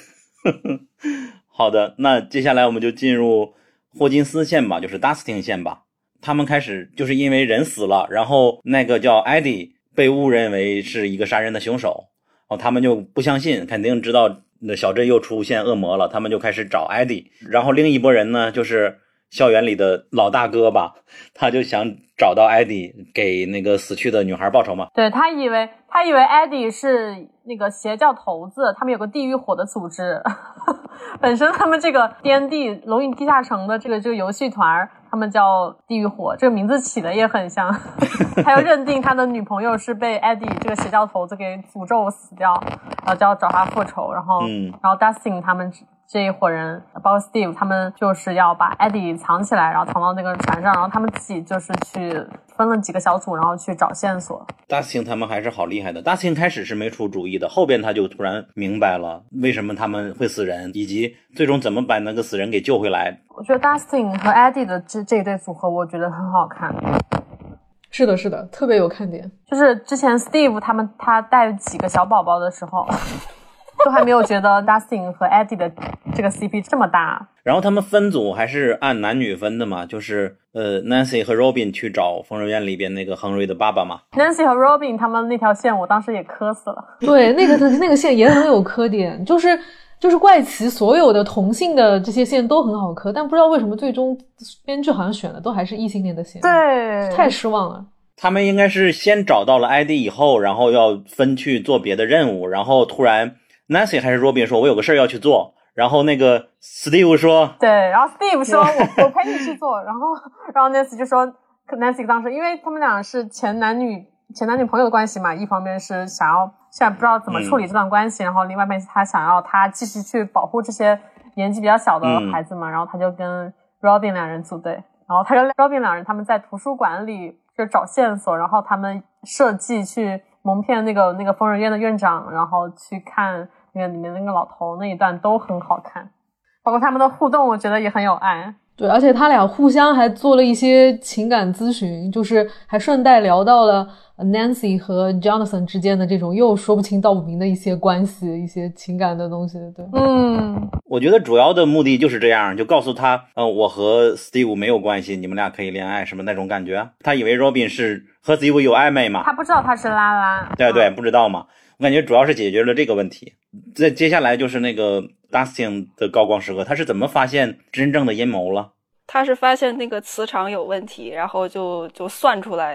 好的，那接下来我们就进入霍金斯线吧，就是 Dustin 线吧。他们开始就是因为人死了，然后那个叫 Eddie 被误认为是一个杀人的凶手，然后他们就不相信，肯定知道小镇又出现恶魔了，他们就开始找 Eddie。然后另一拨人呢，就是校园里的老大哥吧，他就想找到 Eddie 给那个死去的女孩报仇嘛。 对，他以为他以为 Eddie 是那个邪教头子，他们有个地狱火的组织。本身他们这个 D and D 龙与地下城的这个这个游戏团，他们叫地狱火，这个名字起的也很像。还有认定他的女朋友是被 Eddie 这个邪教头子给诅咒死掉，然后就要找他复仇。然后， 嗯， 然后 Dustin 他们这一伙人，包括 Steve 他们就是要把 Eddie 藏起来，然后藏到那个船上，然后他们自己就是去分了几个小组，然后去找线索。 Dustin 他们还是好厉害的。Dustin 开始是没出主意的，后边他就突然明白了为什么他们会死人，以及最终怎么把那个死人给救回来。 我觉得 Dustin 和 Eddie 的这这一对组合，我觉得很好看。 是的，是的，特别有看点。 就是之前 Steve 他们他带几个小宝宝的时候，都还没有觉得 Dustin 和 Eddie 的这个 C P 这么大。 然后他们分组还是按男女分的嘛，就是呃 Nancy 和 Robin 去找疯人院里边那个亨瑞的爸爸嘛。 Nancy 和 Robin 他们那条线我当时也磕死了。 对，那个那个线也很有磕点，就是就是怪奇所有的同性的这些线都很好磕，但不知道为什么最终编剧好像选的都还是异性恋的线。 对， 太失望了。 他们应该是先找到了 I D 以后，然后要分去做别的任务，然后突然 Nancy 还是 Robin 说我有个事儿要去做，然后那个 Steve 说对，然后 Steve 说我我陪你去做，然后然后 Nancy 就说 Nancy 当时因为他们俩是前男女前男女朋友的关系嘛，一方面是想要现在不知道怎么处理这段关系、嗯、然后另外一面他想要他继续去保护这些年纪比较小的孩子嘛、嗯、然后他就跟 Robin 两人组队，然后他跟 Robin 两人他们在图书馆里就找线索，然后他们设计去蒙骗那个那个疯人院的院长，然后去看那个里面那个老头，那一段都很好看，包括他们的互动我觉得也很有爱。 对，而且他俩互相还做了一些情感咨询，就是还顺带聊到了 Nancy 和 Jonathan 之间的这种又说不清道不明的一些关系，一些情感的东西。对， 嗯， 我觉得主要的目的就是这样，就告诉他，呃，我和 Steve 没有关系，你们俩可以恋爱，什么那种感觉。他以为 Robin 是和 Steve 有暧昧嘛， 他不知道他是拉拉。 对对， 嗯、 不知道嘛。我感觉主要是解决了这个问题。再接下来就是那个 Dustin 的高光时刻，他是怎么发现真正的阴谋了？ 他是发现那个磁场有问题，然后就就算出来的。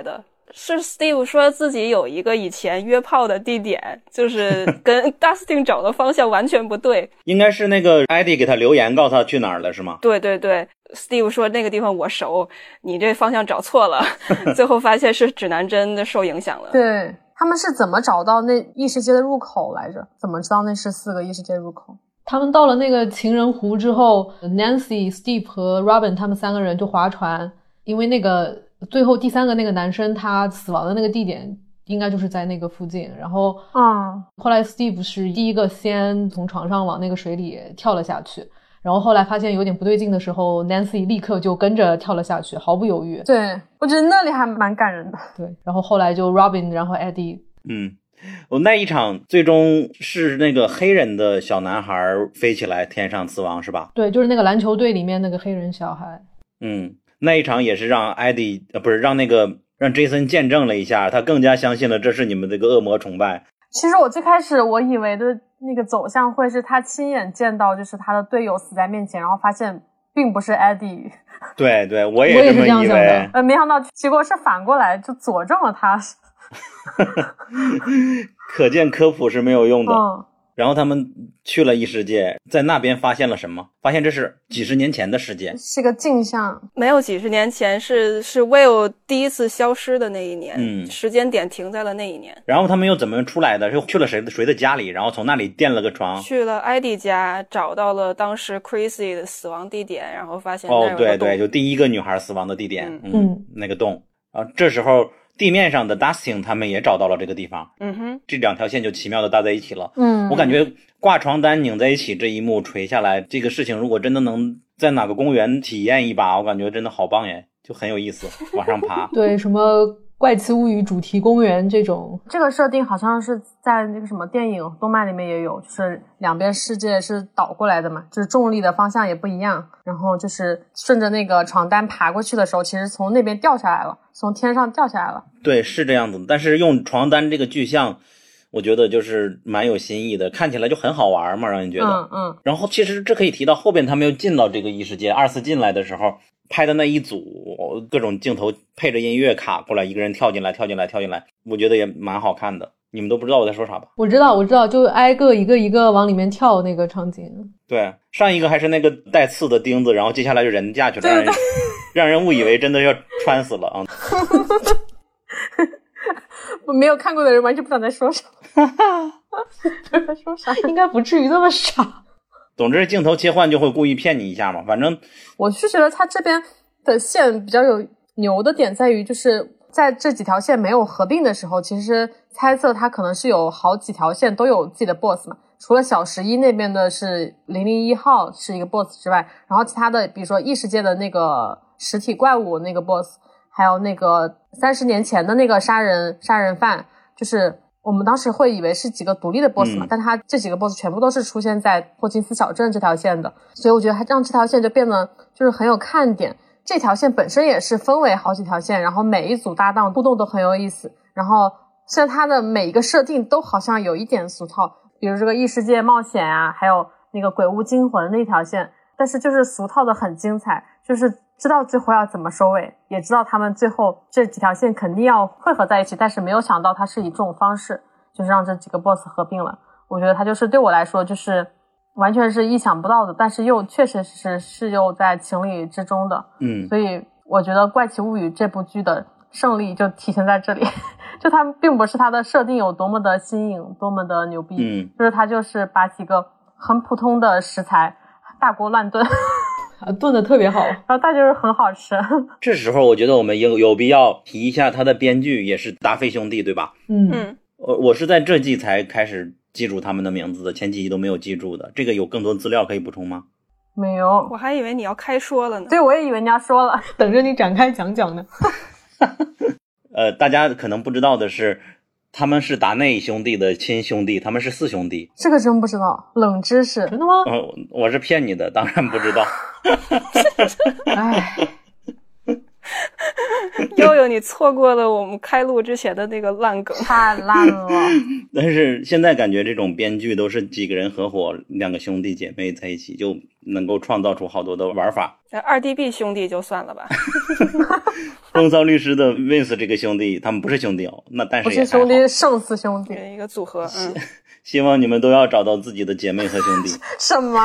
是 Steve 说自己有一个以前约炮的地点，就是跟 Dustin 找的方向完全不对。 应该是那个 Eddie 给他留言告诉他去哪儿了是吗？ 对对对， Steve 说那个地方我熟，你这方向找错了。最后发现是指南针的受影响了。 对，他们是怎么找到那异世界的入口来着？怎么知道那是四个异世界入口？ 他们到了那个情人湖之后， Nancy、Steve 和 Robin 他们三个人就划船，因为那个最后第三个那个男生他死亡的那个地点应该就是在那个附近，然后嗯， 后来 Steve 是第一个先从床上往那个水里跳了下去，然后后来发现有点不对劲的时候 Nancy 立刻就跟着跳了下去，毫不犹豫。 对，我觉得那里还蛮感人的。 对，然后后来就 Robin 然后 Eddie。 嗯，我那一场最终是那个黑人的小男孩飞起来天上死亡是吧？ 对，就是那个篮球队里面那个黑人小孩。 嗯，那一场也是让 Eddie 呃不是让那个让 Jason 见证了一下，他更加相信了这是你们这个恶魔崇拜。 其实我最开始我以为的那个走向会是他亲眼见到就是他的队友死在面前，然后发现并不是 Eddie。 对对，我也这么以为。 呃，没想到结果是反过来，就佐证了他。 可见科普是没有用的。 嗯， 然后他们去了异世界，在那边发现了什么？发现这是几十年前的世界， 是个镜像。 没有几十年前，是是 Will 第一次消失的那一年。 嗯， 时间点停在了那一年。 然后他们又怎么出来的？又去了谁谁的家里，然后从那里垫了个床， 去了 Eddie 家，找到了当时 Chrissy 的死亡地点，然后发现那有个哦，对洞。 对，就第一个女孩死亡的地点。 嗯， 嗯，那个洞啊，这时候地面上的 Dustin 他们也找到了这个地方。 嗯哼， 这两条线就奇妙的搭在一起了。 嗯， 我感觉挂床单拧在一起这一幕垂下来，这个事情如果真的能在哪个公园体验一把，我感觉真的好棒耶，就很有意思，往上爬。 对，什么怪奇物语主题公园这种， 这个设定好像是在那个什么电影动漫里面也有，就是两边世界是倒过来的嘛，就是重力的方向也不一样，然后就是顺着那个床单爬过去的时候，其实从那边掉下来了，从天上掉下来了。 对，是这样子的。但是用床单这个具象，我觉得就是蛮有新意的，看起来就很好玩嘛，让人觉得。 嗯嗯。 然后其实这可以提到后边他们又进到这个异世界，二次进来的时候拍的那一组各种镜头配着音乐卡过来，一个人跳进来跳进来跳进来，我觉得也蛮好看的。你们都不知道我在说啥吧？ 我知道我知道，就挨个一个一个往里面跳那个场景。 对，上一个还是那个带刺的钉子，然后接下来就人下去了，让人让人误以为真的要穿死了啊！ 我没有看过的人完全不知道在说什么。在说啥？ 应该不至于那么傻。 总之镜头切换就会故意骗你一下嘛，反正我是觉得他这边的线比较有牛的点在于，就是在这几条线没有合并的时候，其实猜测他可能是有好几条线都有自己的 boss 嘛，除了小十一那边的是零零一号是一个 boss 之外，然后其他的比如说异世界的那个实体怪物那个 boss， 还有那个三十年前的那个杀人杀人犯，就是我们当时会以为是几个独立的 boss 嘛，嗯、但他这几个 boss 全部都是出现在霍金斯小镇这条线的，所以我觉得他让这条线就变得就是很有看点。这条线本身也是分为好几条线，然后每一组搭档互动都很有意思，然后虽然它的每一个设定都好像有一点俗套，比如这个异世界冒险啊，还有那个鬼屋惊魂那条线，但是就是俗套的很精彩，就是知道最后要怎么收尾，也知道他们最后这几条线肯定要汇合在一起，但是没有想到它是以这种方式就是让这几个 boss 合并了。我觉得它就是对我来说就是完全是意想不到的，但是又确实是是又在情理之中的。 嗯， 所以我觉得怪奇物语这部剧的胜利就体现在这里，就它并不是它的设定有多么的新颖多么的牛逼， 嗯， 就是它就是把几个很普通的食材大锅乱炖炖得特别好， 然后它就是很好吃。 这时候我觉得我们有有必要提一下他的编剧也是达菲兄弟对吧？ 嗯嗯， 我我是在这季才开始记住他们的名字的，前几集都没有记住的。这个有更多资料可以补充吗？ 没有， 我还以为你要开说了呢。 对，我也以为你要说了， 等着你展开讲讲呢。 呃，大家可能不知道的是，他们是达内兄弟的亲兄弟，他们是四兄弟。 这个真不知道，冷知识。 真的吗？ 呃，我是骗你的，当然不知道。 唉。 悠悠，你错过了我们开录之前的那个烂梗， 太烂了。 但是现在感觉这种编剧都是几个人合伙，两个兄弟姐妹在一起，就能够创造出好多的玩法。 二 D B 兄弟就算了吧。 风骚律师的 Vince 这个兄弟，他们不是兄弟哦，那但是也还好， 不是兄弟胜似兄弟， 一个组合。嗯， 希望你们都要找到自己的姐妹和兄弟。 什么？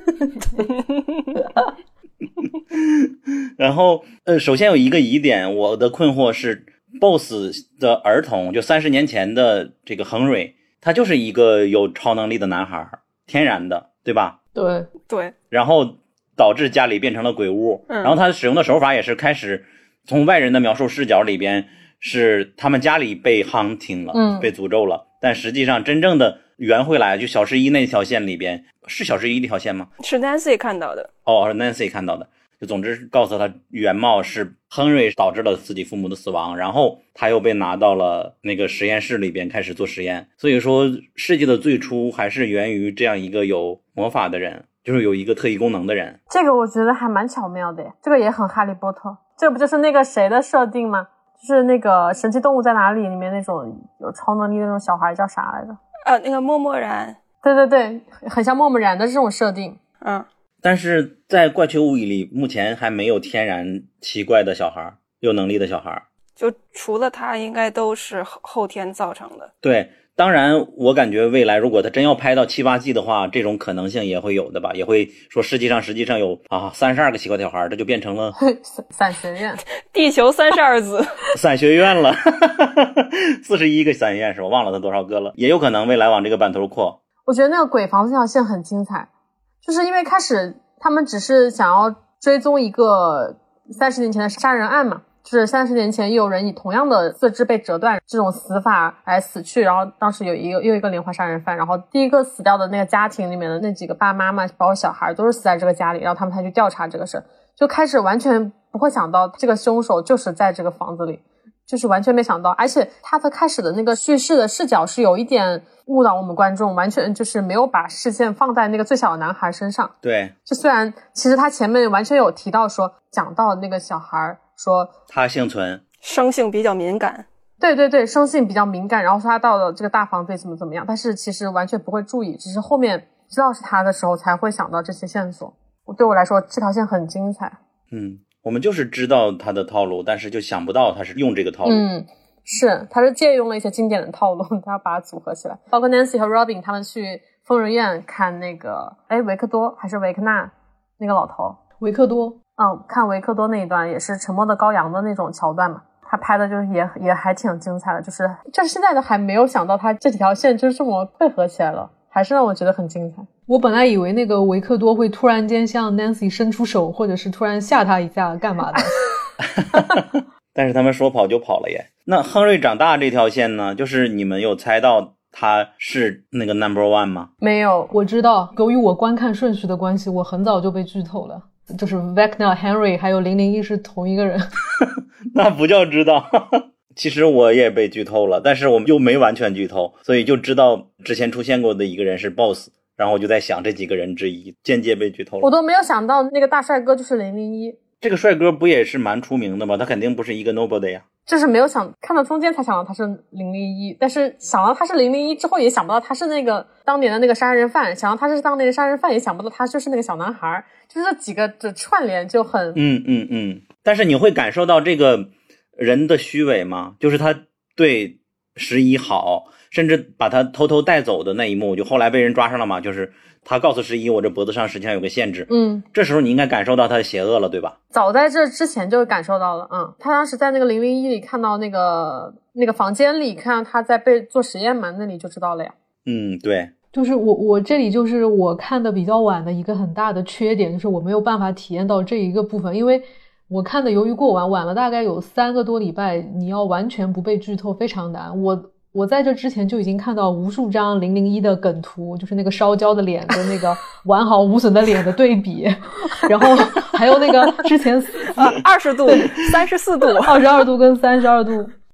然后呃，首先有一个疑点，我的困惑是 boss 的儿童，就三十年前的这个亨瑞，他就是一个有超能力的男孩，天然的，对吧？ 对对。 然后导致家里变成了鬼屋， 嗯、 然后他使用的手法也是开始从外人的描述视角里边是他们家里被 hunting 了， 嗯， 被诅咒了，但实际上真正的圆回来，就小十一那条线里边，是小十一那条线吗？ 是 Nancy 看到的。 哦，是 Nancy 看到的。就总之告诉他原貌是亨瑞导致了自己父母的死亡，然后他又被拿到了那个实验室里边开始做实验。所以说世界的最初还是源于这样一个有魔法的人，就是有一个特异功能的人。 这个我觉得还蛮巧妙的耶，这个也很哈利波特。这不就是那个谁的设定吗？就是那个神奇动物在哪里里面那种有超能力的那种小孩叫啥来着？ 呃，那个默默然。 对对对，很像默默然的这种设定。 嗯。 但是在怪奇物语里目前还没有天然奇怪的小孩，有能力的小孩， 就除了他应该都是后天造成的。 对，当然我感觉未来如果他真要拍到七八季的话，这种可能性也会有的吧，也会说世界上实际上有啊三十二个奇怪的小孩，这就变成了伞学院， 地球三十二子伞学院了。四十一个伞院是吧，忘了他多少个了，也有可能未来往这个版图扩。 我觉得那个鬼房这条线很精彩，就是因为开始他们只是想要追踪一个三十年前的杀人案嘛，就是三十年前又有人以同样的四肢被折断这种死法来死去，然后当时有一个又一个连环杀人犯，然后第一个死掉的那个家庭里面的那几个爸妈妈包括小孩都是死在这个家里，然后他们才去调查这个事，就开始完全不会想到这个凶手就是在这个房子里，就是完全没想到，而且他的开始的那个叙事的视角是有一点误导我们观众，完全就是没有把视线放在那个最小的男孩身上。 对， 就虽然其实他前面完全有提到说讲到那个小孩说他幸存， 生性比较敏感， 对对对，生性比较敏感，然后说他到了这个大房子怎么怎么样，但是其实完全不会注意，只是后面知道是他的时候才会想到这些线索。对我来说这条线很精彩。 嗯，我们就是知道他的套路，但是就想不到他是用这个套路。 嗯，是，他是借用了一些经典的套路，他要把它组合起来。包括 Nancy 和 Robin 他们去疯人院看那个，哎，维克多还是维克纳那个老头？ 维克多。 嗯，看维克多那一段也是沉默的羔羊的那种桥段嘛，他拍的就是也也还挺精彩的，就是就是现在都还没有想到他这几条线就是这么配合起来了，还是让我觉得很精彩。 我本来以为那个维克多会突然间向 Nancy 伸出手，或者是突然吓他一下干嘛的。 但是他们说跑就跑了耶。那亨瑞长大这条线呢，就是你们有猜到他是那个 number one 吗？ 没有。 我知道，由于我观看顺序的关系，我很早就被剧透了，就是 Vecna Henry 还有零零一是同一个人。 那不叫知道。其实我也被剧透了，但是我们又没完全剧透，所以就知道之前出现过的一个人是 boss， 然后我就在想这几个人之一间接被剧透了。 我都没有想到那个大帅哥就是零零一。 这个帅哥不也是蛮出名的吗？他肯定不是一个 nobody 呀。 就是没有想看到中间才想到他是零零一，但是想到他是零零一之后也想不到他是那个当年的那个杀人犯，想到他是当年的杀人犯也想不到他就是那个小男孩，就是这几个的串联就很嗯嗯嗯。但是你会感受到这个人的虚伪吗？就是他对十一好，甚至把他偷偷带走的那一幕，就后来被人抓上了嘛，就是他告诉十一我这脖子上实际上有个限制。 嗯， 这时候你应该感受到他的邪恶了，对吧？ 早在这之前就感受到了。嗯，他当时在那个零零一里看到那个那个房间里看到他在被做实验嘛，那里就知道了呀。 嗯，对。 就是我我这里就是我看的比较晚的一个很大的缺点，就是我没有办法体验到这一个部分，因为我看的由于过晚晚了大概有三个多礼拜，你要完全不被剧透非常难。我我在这之前就已经看到无数张零零一的梗图，就是那个烧焦的脸跟那个完好无损的脸的对比，然后还有那个之前啊二十度、三十四度、 二十二度跟三十二度。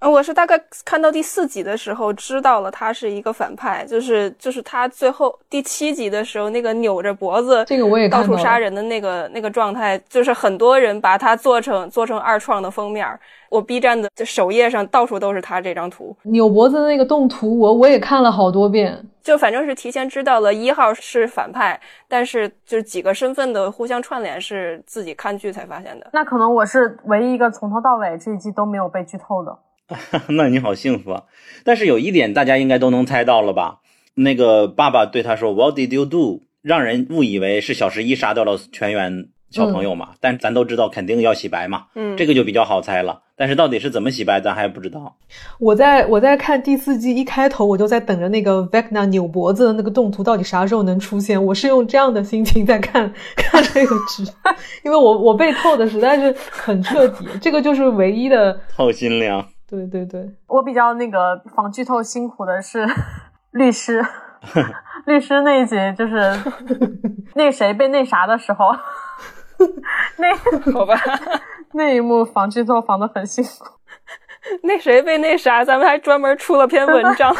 我是大概看到第四集的时候知道了他是一个反派，就是就是他最后第七集的时候那个扭着脖子这个我也看到了到处杀人的那个那个状态，就是很多人把他做成做成二创的封面，我 B 站的首页上到处都是他这张图。 扭脖子的那个动图我我也看了好多遍， 就反正是提前知道了一号是反派，但是就是几个身份的互相串联是自己看剧才发现的。 那可能我是唯一一个从头到尾这一季都没有被剧透的。 那你好幸福啊！但是有一点大家应该都能猜到了吧？那个爸爸对他说 What did you do？ 让人误以为是小十一杀掉了全员小朋友嘛、嗯、但咱都知道肯定要洗白嘛，嗯，这个就比较好猜了。但是到底是怎么洗白咱还不知道。 我在我在看第四季一开头我就在等着那个 Vecna 扭脖子的那个动图到底啥时候能出现，我是用这样的心情在看看这个剧，因为我我被透的实在是很彻底，这个就是唯一的透心凉。 对对对， 我比较那个防剧透辛苦的是律师律师那一集，就是那谁被那啥的时候那好吧， 那一幕防剧透防得很辛苦。 那谁被那啥咱们还专门出了篇文章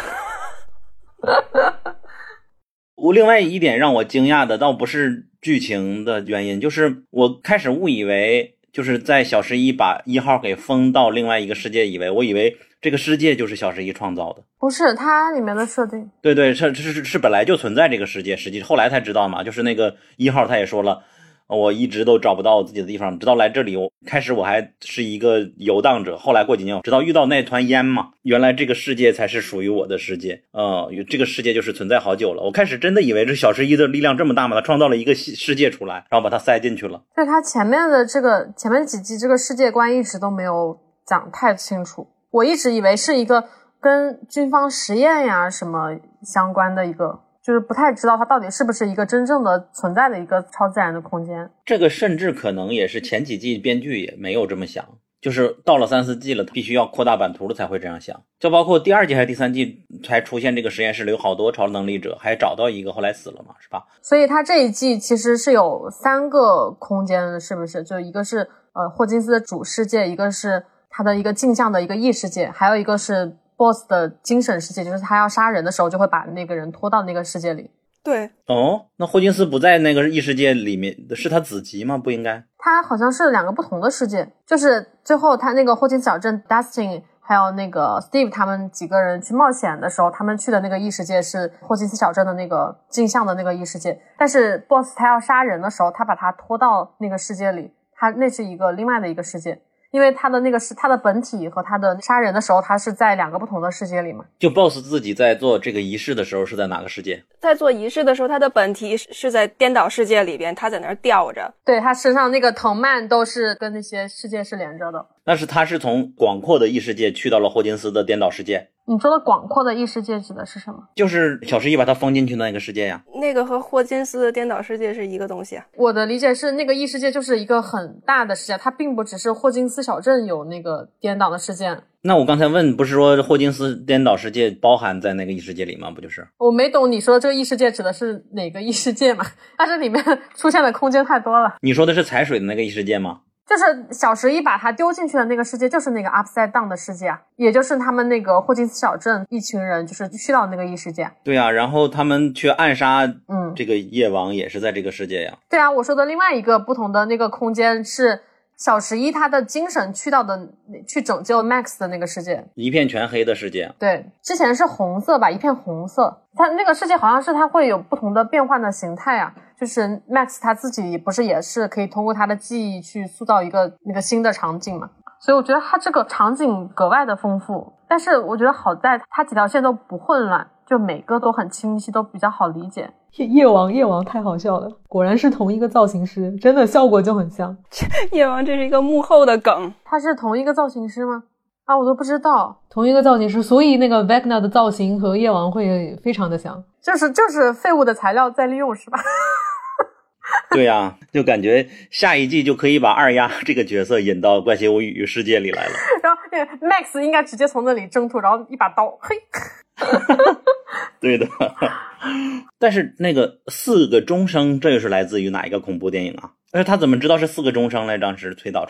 我另外一点让我惊讶的倒不是剧情的原因，就是我开始误以为就是在小十一把一号给封到另外一个世界，以为我以为这个世界就是小十一创造的。 不是，它里面的设定。 对对，是是是本来就存在这个世界，实际后来才知道嘛，就是那个一号他也说了，我一直都找不到我自己的地方，直到来这里，我开始我还是一个游荡者，后来过几年我直到遇到那团烟嘛，原来这个世界才是属于我的世界，嗯，这个世界就是存在好久了。我开始真的以为这小十一的力量这么大嘛，他创造了一个世界出来，然后把它塞进去了。 对，他前面的这个前面几集这个世界观一直都没有讲太清楚，我一直以为是一个跟军方实验呀什么相关的一个，就是不太知道它到底是不是一个真正的存在的一个超自然的空间。 这个甚至可能也是前几季编剧也没有这么想，就是到了三四季了必须要扩大版图了才会这样想。就包括第二季还是第三季才出现这个实验室里有好多超能力者，还找到一个后来死了嘛，是吧？ 所以它这一季其实是有三个空间，是不是？就一个是呃霍金斯的主世界，一个是他的一个镜像的一个异世界，还有一个是 boss 的精神世界，就是他要杀人的时候就会把那个人拖到那个世界里。 对。 哦，那霍金斯不在那个异世界里面，是他子集吗？不应该。 他好像是两个不同的世界，就是最后他那个霍金斯小镇 Dustin 还有那个 Steve 他们几个人去冒险的时候，他们去的那个异世界是霍金斯小镇的那个镜像的那个异世界，但是 boss 他要杀人的时候，他把他拖到那个世界里，他那是一个另外的一个世界。因为他的那个是他的本体和他的杀人的时候，他是在两个不同的世界里嘛。 就 boss 自己在做这个仪式的时候是在哪个世界？ 在做仪式的时候，他的本体是在颠倒世界里边，他在那儿吊着。 对，他身上那个藤蔓都是跟那些世界是连着的。 那是他是从广阔的异世界去到了霍金斯的颠倒世界。 你说的广阔的异世界指的是什么？ 就是小十一把他封进去的那个世界呀。 那个和霍金斯的颠倒世界是一个东西啊。 我的理解是那个异世界就是一个很大的世界，它并不只是霍金斯小镇有那个颠倒的事件。 那我刚才问不是说霍金斯颠倒世界包含在那个异世界里吗？不就是？ 我没懂你说的这个异世界指的是哪个异世界嘛？但是里面出现的空间太多了。 你说的是踩水的那个异世界吗？ 就是小十一把他丢进去的那个世界，就是那个 Upside Down 的世界啊，也就是他们那个霍金斯小镇一群人就是去到那个异世界。 对啊，然后他们去暗杀嗯这个夜王也是在这个世界呀。 对啊，我说的另外一个不同的那个空间是小十一他的精神去到的去拯救 Max 的那个世界， 一片全黑的世界。 对，之前是红色吧，一片红色。他那个世界好像是他会有不同的变换的形态啊，就是 Max 他自己不是也是可以通过他的记忆去塑造一个那个新的场景嘛，所以我觉得他这个场景格外的丰富。但是我觉得好在他几条线都不混乱，就每个都很清晰，都比较好理解。 夜王夜王太好笑了，果然是同一个造型师，真的效果就很像。 夜王这是一个幕后的梗。 他是同一个造型师吗？啊，我都不知道。 同一个造型师，所以那个 Vecna 的造型和夜王会非常的像。 就是就是废物的材料再利用是吧？ 对呀、啊，就感觉下一季就可以把二丫这个角色引到怪奇物语世界里来了。 然后那个 Max 应该直接从那里挣脱，然后一把刀，嘿。 对的。但是那个四个钟声，这又是来自于哪一个恐怖电影啊？而且他怎么知道是四个钟声来？当时推导出来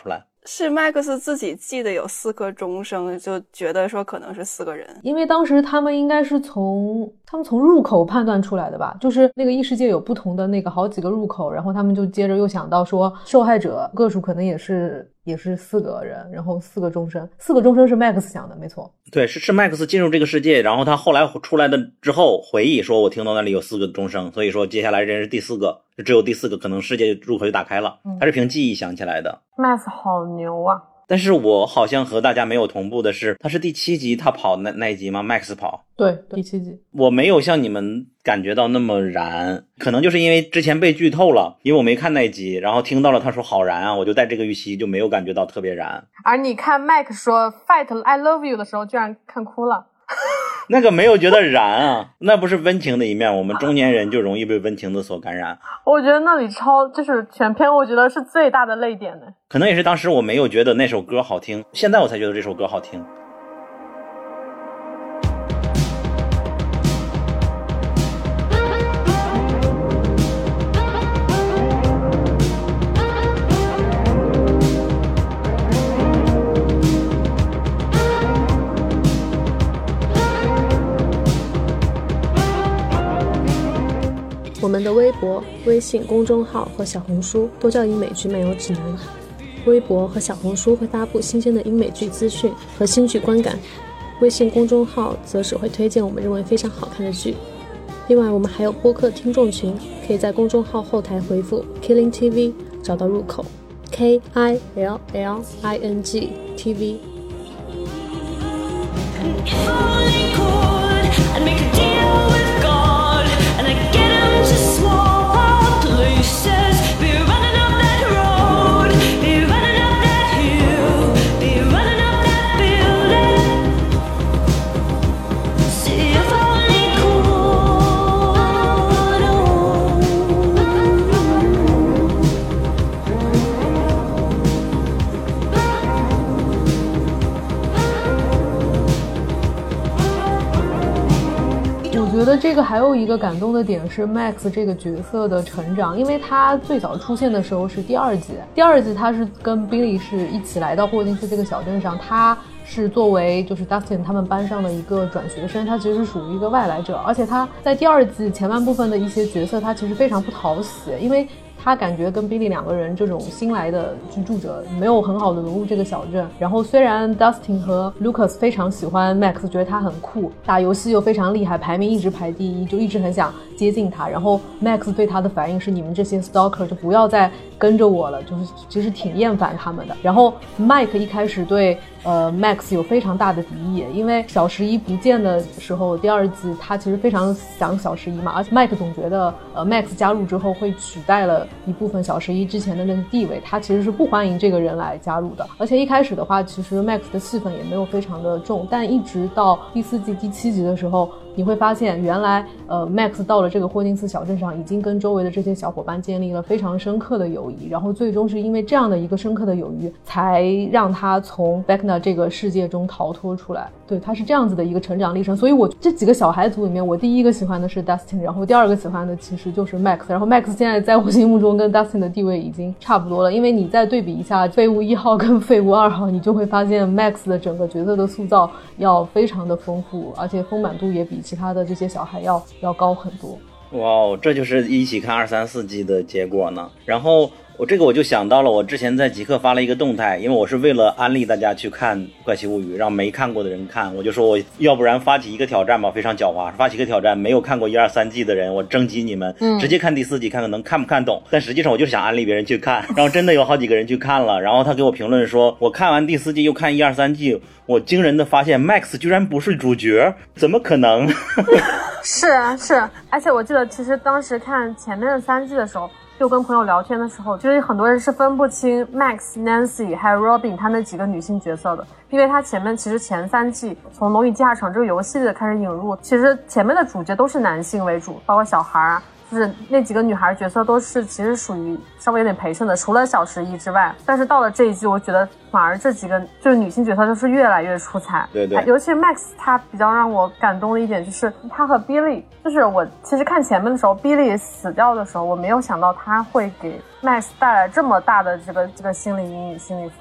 是 Max 自己记得有四颗钟声，就觉得说可能是四个人， 因为当时他们应该是从他们从入口判断出来的吧，就是那个异世界有不同的那个好几个入口，然后他们就接着又想到说受害者个数可能也是也是四个人，然后四个钟声，四个钟声是 Max 想的，没错。 对，是是 Max 进入这个世界，然后他后来出来的之后回忆说，我听到那里有四个钟声，所以说接下来这是第四个，就只有第四个可能世界入口就打开了，他是凭记忆想起来的。 Max 好牛啊！ 但是我好像和大家没有同步的是，他是第七集他跑那那一集吗 ？Max 跑， 对，第七集。 我没有像你们感觉到那么燃，可能就是因为之前被剧透了，因为我没看那一集，然后听到了他说好燃啊，我就带这个预期就没有感觉到特别燃。 而你看 Max 说 Fight I love you 的时候，居然看哭了。 那个没有觉得燃啊，那不是温情的一面，我们中年人就容易被温情的所感染。 我觉得那里超就是全篇我觉得是最大的泪点的， 可能也是当时我没有觉得那首歌好听，现在我才觉得这首歌好听。 我们的微博、微信公众号和小红书都叫英美剧漫游指南。微博和小红书会发布新鲜的英美剧资讯和新剧观感，微信公众号则是会推荐我们认为非常好看的剧。另外，我们还有播客听众群，可以在公众号后台回复 Killing T V 找到入口 K I L L I N G T V。 我觉得这个还有一个感动的点是 Max 这个角色的成长，因为他最早出现的时候是第二集，第二集他是跟 Billy 是一起来到霍金斯这个小镇上，他是作为就是 Dustin 他们班上的一个转学生，他其实是属于一个外来者，而且他在第二季前半部分的一些角色他其实非常不讨喜，因为他感觉跟 Billy 两个人这种新来的居住者没有很好的融入这个小镇，然后虽然 Dustin 和 Lucas 非常喜欢 Max， 觉得他很酷，打游戏又非常厉害，排名一直排第一，就一直很想接近他，然后 Max 对他的反应是你们这些 stalker 就不要再跟着我了，就是其实挺厌烦他们的。然后 Mike 一开始对呃 Max 有非常大的敌意，因为小十一不见的时候，第二季他其实非常想小十一嘛，而且 Mike 总觉得呃 Max 加入之后会取代了一部分小十一之前的那个地位，他其实是不欢迎这个人来加入的。而且一开始的话，其实 Max 的戏份也没有非常的重，但一直到第四季第七集的时候，你会发现原来呃 Max 到了这个霍金斯小镇上，已经跟周围的这些小伙伴建立了非常深刻的友谊，然后最终是因为这样的一个深刻的友谊，才让他从 Vecna 这个世界中逃脱出来。对，他是这样子的一个成长历程。所以我这几个小孩组里面，我第一个喜欢的是 Dustin， 然后第二个喜欢的其实就是 Max， 然后 Max 现在在我心目中跟 Dustin 的地位已经差不多了，因为你再对比一下废物一号跟废物二号，你就会发现 Max 的整个角色的塑造要非常的丰富，而且丰满度也比其他的这些小孩要要高很多。 哇哦，这就是一起看二三四季的结果呢。然后我这个我就想到了，我之前在极客发了一个动态，因为我是为了安利大家去看怪奇物语，让没看过的人看，我就说我要不然发起一个挑战吧，非常狡猾，发起一个挑战，没有看过一二三季的人，我征集你们、嗯、直接看第四季看看能看不看懂。但实际上我就想安利别人去看，然后真的有好几个人去看了，然后他给我评论说，我看完第四季又看一二三季，我惊人的发现 Max 居然不是主角，怎么可能？ 是啊是，而且我记得其实当时看前面的三季的时候，就跟朋友聊天的时候，就是很多人是分不清 Max、Nancy 还有 Robin 他那几个女性角色的，因为他前面其实前三季从《龙与地下城》这个游戏的开始引入，其实前面的主角都是男性为主，包括小孩啊，就是那几个女孩角色都是其实属于稍微有点陪衬的，除了小十一之外。但是到了这一季，我觉得反而这几个就是女性角色就是越来越出彩。 对对， 尤其 Max 他比较让我感动的一点就是他和 Billy， 就是我其实看前面的时候 Billy 死掉的时候，我没有想到他会给 Max 带来这么大的这个这个心理阴影、心理负担。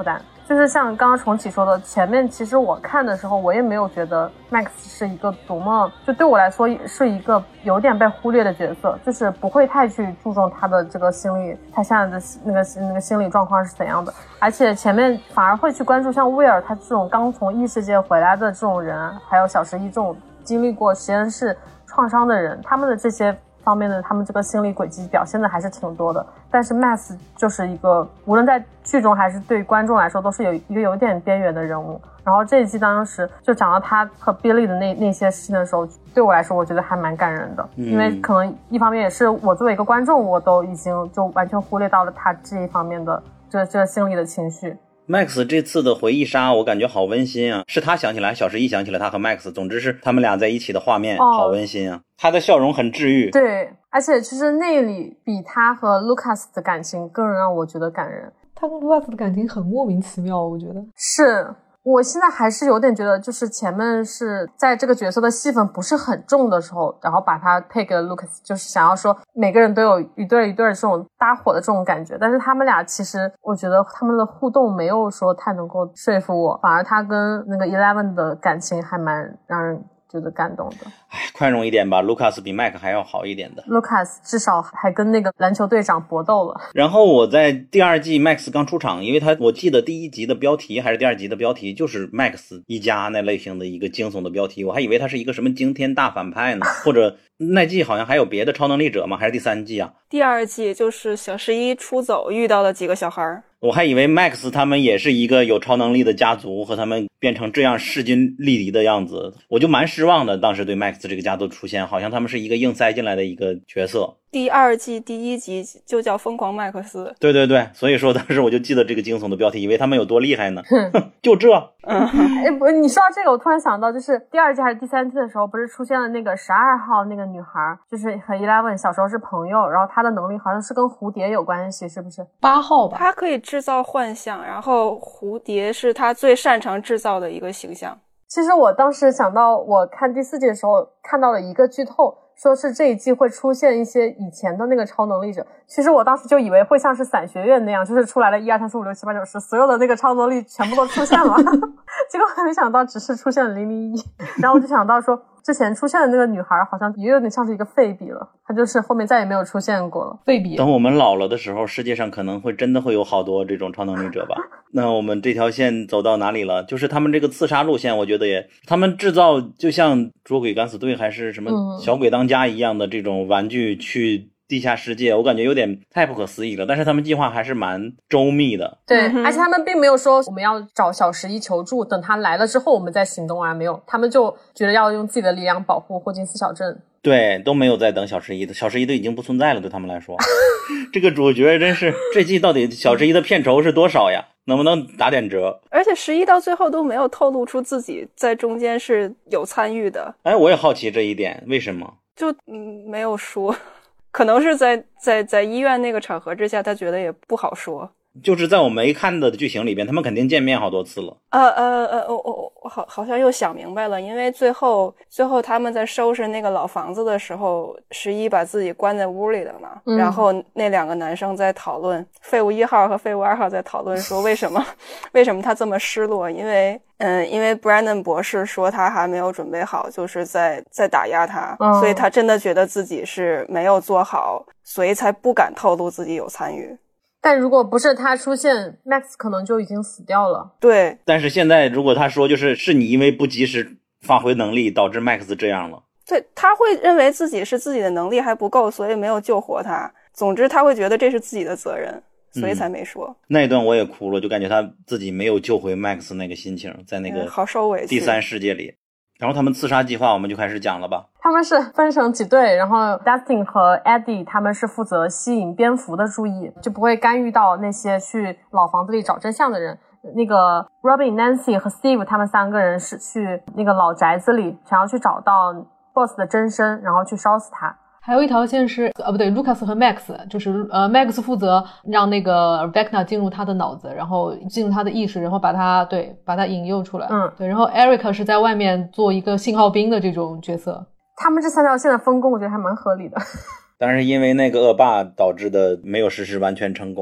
就是像刚刚重启说的，前面其实我看的时候，我也没有觉得 Max 是一个多么，就对我来说是一个有点被忽略的角色，就是不会太去注重他的这个心理，他现在的那个那个心理状况是怎样的，而且前面反而会去关注像威尔他这种刚从异世界回来的这种人，还有小十一这种经历过实验室创伤的人，他们的这些方面的他们这个心理轨迹表现的还是挺多的，但是 Max 就是一个无论在剧中还是对观众来说都是有一个有点边缘的人物。然后这一季当时就讲到他和 Billy 的那那些事情的时候，对我来说我觉得还蛮感人的、嗯、因为可能一方面也是我作为一个观众，我都已经就完全忽略到了他这一方面的这这个心理的情绪。 Max 这次的回忆杀我感觉好温馨啊，是他想起来，小十一想起来他和 Max， 总之是他们俩在一起的画面、哦、好温馨啊，他的笑容很治愈。 对，而且其实那里比他和 Lucas 的感情更让我觉得感人。 他跟 Lucas 的感情很莫名其妙，我觉得是。我现在还是有点觉得，就是前面是在这个角色的戏份不是很重的时候，然后把他配给了 Lucas， 就是想要说每个人都有一对一对这种搭伙的这种感觉，但是他们俩其实我觉得他们的互动没有说太能够说服我，反而他跟那个 Eleven 的感情还蛮让人觉得感动的。 唉，宽容一点吧， Lucas 比 Mac 还要好一点的。 Lucas 至少还跟那个篮球队长搏斗了。 然后我在第二季 Max 刚出场，因为他我记得第一集的标题还是第二集的标题就是 Max 一家那类型的一个惊悚的标题，我还以为他是一个什么惊天大反派呢，或者那季好像还有别的超能力者吗？还是第三季啊？ 第二季就是小十一出走遇到了几个小孩， 我还以为 Max 他们也是一个有超能力的家族，和他们变成这样势均力敌的样子，我就蛮失望的。当时对 Max 这个家族出现，好像他们是一个硬塞进来的一个角色。 第二季第一集就叫疯狂麦克斯。 对对对，所以说当时我就记得这个惊悚的标题，以为他们有多厉害呢。就这。 嗯，哎，不，你说到这个，我突然想到，就是第二季还是第三季的时候，不是出现了那个十二号那个女孩，就是和 Eleven 小时候是朋友，然后她的能力好像是跟蝴蝶有关系，是不是？ 八号吧。 她可以制造幻象，然后蝴蝶是她最擅长制造的一个形象。 其实我当时想到，我看第四季的时候看到了一个剧透，说是这一季会出现一些以前的那个超能力者。其实我当时就以为会像是伞学院那样，就是出来了一二三四五六七八九十，所有的那个超能力全部都出现了。结果没想到只是出现了零零一，然后我就想到说，之前出现的那个女孩好像也有点像是一个废笔了，她就是后面再也没有出现过了。 废笔。 等我们老了的时候，世界上可能会真的会有好多这种超能力者吧。那我们这条线走到哪里了？就是他们这个刺杀路线，我觉得也他们制造就像捉鬼敢死队还是什么小鬼当家一样的这种玩具去地下世界，我感觉有点太不可思议了，但是他们计划还是蛮周密的。 对、嗯、而且他们并没有说我们要找小十一求助，等他来了之后我们再行动啊，没有，他们就觉得要用自己的力量保护霍金斯小镇。 对，都没有在等小十一的，小十一都已经不存在了，对他们来说。这个主角真是，这季到底小十一的片酬是多少呀？能不能打点折？ 而且十一到最后都没有透露出自己在中间是有参与的。 哎，我也好奇这一点，为什么？ 就嗯没有说，可能是在在在医院那个场合之下，他觉得也不好说。 就是在我没看的剧情里边，他们肯定见面好多次了。 呃呃呃，我我我好好像又想明白了，因为最后最后他们在收拾那个老房子的时候，十一把自己关在屋里了嘛、嗯，然后那两个男生在讨论，废物一号和废物二号在讨论说为什么为什么他这么失落，因为嗯，因为 Brandon 博士说他还没有准备好，就是在在打压他、嗯，所以他真的觉得自己是没有做好，所以才不敢透露自己有参与。 但如果不是他出现 Max 可能就已经死掉了。 对， 但是现在如果他说就是是你因为不及时发挥能力导致 Max 这样了， 对，他会认为自己是自己的能力还不够，所以没有救活他，总之他会觉得这是自己的责任，所以才没说、嗯、 那一段我也哭了，就感觉他自己没有救回 Max 那个心情，在那个好受委屈第三世界里。然后他们刺杀计划我们就开始讲了吧。 他们是分成几队，然后 Dustin 和 Eddie 他们是负责吸引蝙蝠的注意，就不会干预到那些去老房子里找真相的人。那个 Robin、Nancy 和 Steve 他们三个人是去那个老宅子里，想要去找到 Boss 的真身，然后去烧死他。 还有一条线是呃不对 Lucas 和 Max， 就是呃 Max 负责让那个 Vecna 进入他的脑子，然后进入他的意识，然后把他对把他引诱出来。嗯，对，然后 Eric 是在外面做一个信号兵的这种角色。 他们这三条线的分工我觉得还蛮合理的。 但是因为那个恶霸导致的没有实施完全成功。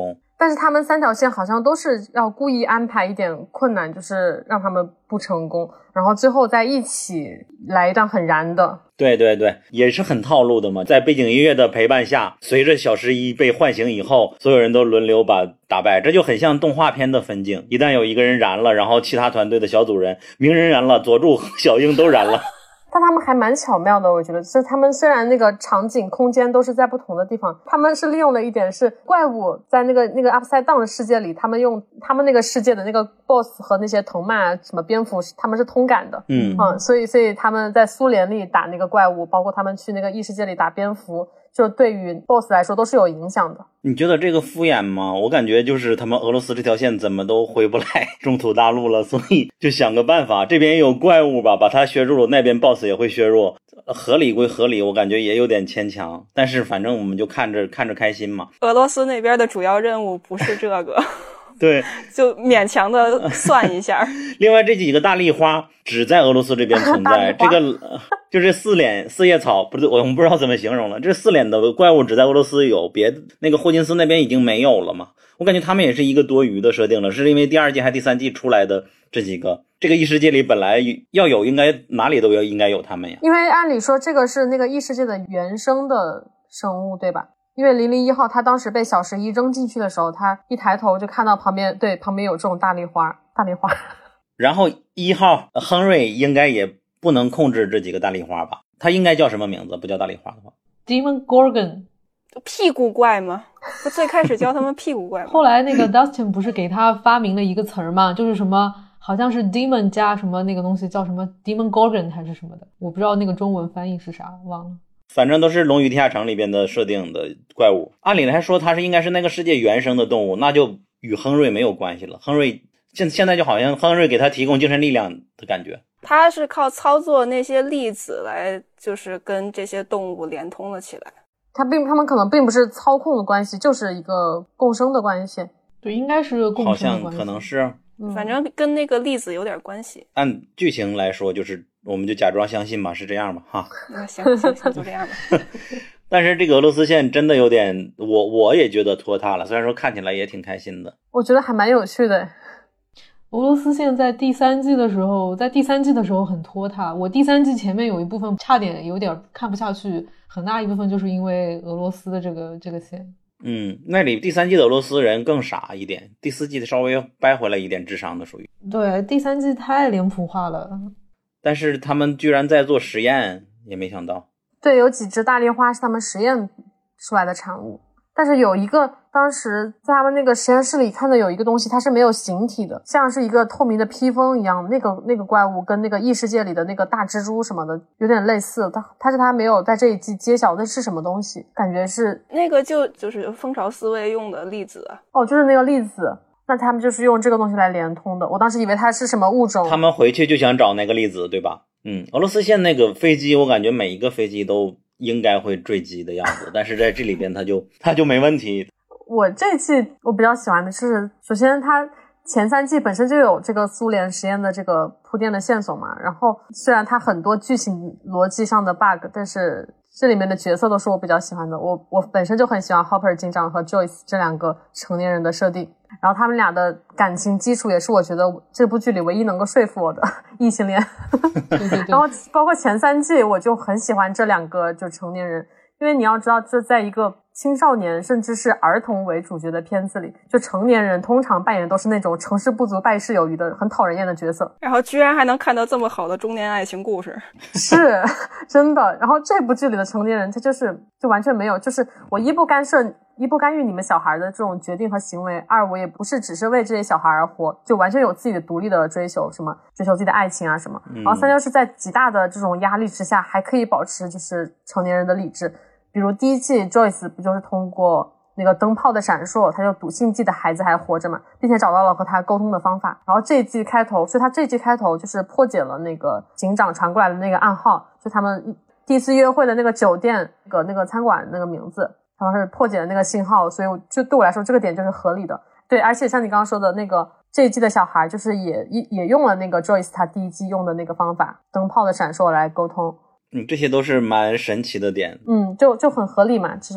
但是他们三条线好像都是要故意安排一点困难，就是让他们不成功，然后最后在一起来一段很燃的。 对对对，也是很套路的嘛。在背景音乐的陪伴下，随着小十一被唤醒以后，所有人都轮流把打败，这就很像动画片的分镜。一旦有一个人燃了，然后其他团队的小组人，鸣人燃了，佐助和小樱都燃了。 但他们还蛮巧妙的，我觉得，就是他们虽然那个场景空间都是在不同的地方，他们是利用了一点是怪物在那个那个 Upside Down 的世界里，他们用他们那个世界的那个 boss 和那些藤蔓啊什么蝙蝠他们是通感的。 嗯嗯，所以所以他们在苏联里打那个怪物，包括他们去那个异世界里打蝙蝠，就对于 boss 来说都是有影响的。 你觉得这个敷衍吗？我感觉就是他们俄罗斯这条线怎么都回不来中土大陆了，所以就想个办法，这边有怪物吧，把它削弱，那边 boss 也会削弱，合理归合理，我感觉也有点牵强，但是反正我们就看着看着开心嘛。 俄罗斯那边的主要任务不是这个对， 就勉强的算一下。 另外这几个大丽花只在俄罗斯这边存在，这个就是四脸四叶草，不是我们不知道怎么形容了，这四脸的怪物只在俄罗斯有，别那个霍金斯那边已经没有了嘛。我感觉他们也是一个多余的设定了，是因为第二季还第三季出来的这几个，这个异世界里本来要有，应该哪里都要应该有他们呀。 因为按理说这个是那个异世界的原生的生物，对吧？因为零零一号他当时被小十一扔进去的时候，他一抬头就看到旁边，对，旁边有这种大丽花，大丽花。 然后一号亨瑞应该也不能控制这几个大丽花吧？他应该叫什么名字？不叫大丽花的话 Demon Gorgon， 屁股怪吗？不最开始教他们屁股怪吗？ 后来那个 Dustin 不是给他发明了一个词儿吗？就是什么好像是 demon 加什么那个东西叫什么 Demon Gorgon 还是什么的，我不知道那个中文翻译是啥，忘了。 反正都是龙与地下城里边的设定的怪物，按理来说它是应该是那个世界原生的动物，那就与亨瑞没有关系了。亨瑞现现在就好像亨瑞给他提供精神力量的感觉， 他是靠操作那些粒子来就是跟这些动物连通了起来。 他并他们可能并不是操控的关系，就是一个共生的关系。 对，应该是共生的关系， 好像可能是、 嗯、 反正跟那个粒子有点关系。 按剧情来说就是我们就假装相信吧，是这样吧哈。 那行行行，就这样吧。 但是这个俄罗斯线真的有点，我我也觉得拖沓了，虽然说看起来也挺开心的。 我觉得还蛮有趣的。 俄罗斯线在第三季的时候，在第三季的时候很拖沓。我第三季前面有一部分差点有点看不下去，很大一部分就是因为俄罗斯的这个这个线。 嗯，那里第三季的俄罗斯人更傻一点，第四季的稍微掰回来一点智商的属于。 对，第三季太脸谱化了。 但是他们居然在做实验，也没想到。 对，有几只大丽花是他们实验出来的产物，但是有一个当时在他们那个实验室里看到有一个东西，它是没有形体的，像是一个透明的披风一样，那个那个怪物跟那个异世界里的那个大蜘蛛什么的有点类似，它它是他没有在这一季揭晓那是什么东西，感觉是那个就就是蜂巢思维用的粒子啊。 哦，就是那个粒子。那他们就是用这个东西来连通的，我当时以为它是什么物种。 他们回去就想找那个粒子，对吧？嗯，俄罗斯线那个飞机，我感觉每一个飞机都应该会坠机的样子，但是在这里边它就它就没问题。 我这季我比较喜欢的是，首先它前三季本身就有这个苏联实验的这个铺垫的线索嘛，然后虽然它很多剧情逻辑上的 bug， 但是这里面的角色都是我比较喜欢的。我我本身就很喜欢 Hopper 警长和 Joyce 这两个成年人的设定，然后他们俩的感情基础也是我觉得这部剧里唯一能够说服我的异性恋。 对对对。 然后包括前三季我就很喜欢这两个就成年人，因为你要知道就在一个青少年甚至是儿童为主角的片子里，就成年人通常扮演都是那种成事不足败事有余的很讨人厌的角色， 然后居然还能看到这么好的中年爱情故事。 是真的。然后这部剧里的成年人他就是就完全没有，就是我一不干涉一不干预你们小孩的这种决定和行为，二我也不是只是为这些小孩而活，就完全有自己的独立的追求，什么追求自己的爱情啊什么、嗯、然后三就是在极大的这种压力之下还可以保持就是成年人的理智。比如第一季 Joyce 不就是通过那个灯泡的闪烁，他就笃信自己的孩子还活着嘛，并且找到了和他沟通的方法。然后这一季开头，所以他这一季开头就是破解了那个警长传过来的那个暗号，就他们第一次约会的那个酒店那个那个餐馆那个名字，他们是破解了那个信号，所以就对我来说这个点就是合理的。对，而且像你刚刚说的那个这一季的小孩就是也也用了那个 Joyce 他第一季用的那个方法，灯泡的闪烁来沟通。 嗯，这些都是蛮神奇的点。 嗯，就就很合理嘛，这种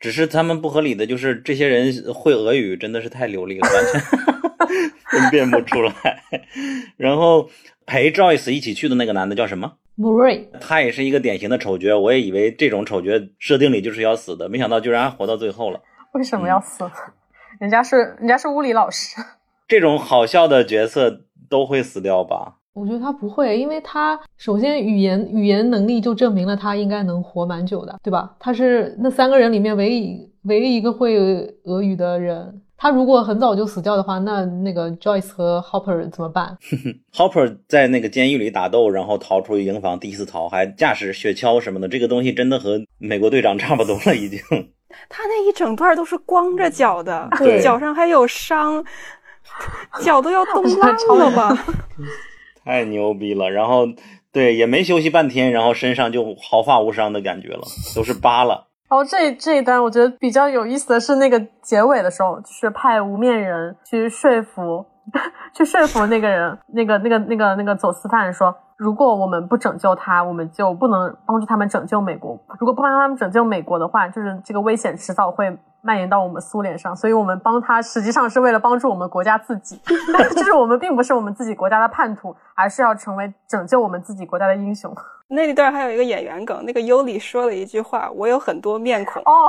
只是他们不合理的就是这些人会俄语真的是太流利了，完全分辨不出来。然后陪 Joyce 一起去的那个男的叫什么？ Murray， 他也是一个典型的丑角，我也以为这种丑角设定里就是要死的，没想到居然还活到最后了。 为什么要死？嗯、人家是人家是物理老师。 这种好笑的角色都会死掉吧？ 我觉得他不会，因为他首先语言语言能力就证明了他应该能活蛮久的，对吧？他是那三个人里面唯一唯一一个会俄语的人。他如果很早就死掉的话，那那个 Joyce 和 Hopper 怎么办 ？Hopper 在那个监狱里打斗，然后逃出营房，第一次逃，还驾驶雪橇什么的，这个东西真的和美国队长差不多了已经。 他那一整段都是光着脚的， 对， 脚上还有伤，脚都要冻烂了吧？ 太牛逼了。然后对，也没休息半天，然后身上就毫发无伤的感觉了，都是疤了。 然后这这一段我觉得比较有意思的是那个结尾的时候，就是派无面人去说服去说服那个人那个那个那个那个走私犯说，如果我们不拯救他，我们就不能帮助他们拯救美国，如果不帮他们拯救美国的话，就是这个危险迟早会蔓延到我们苏联上，所以我们帮他实际上是为了帮助我们国家自己就是我们并不是我们自己国家的叛徒，而是要成为拯救我们自己国家的英雄。 那一段还有一个演员梗，那个尤里说了一句话，我有很多面孔哦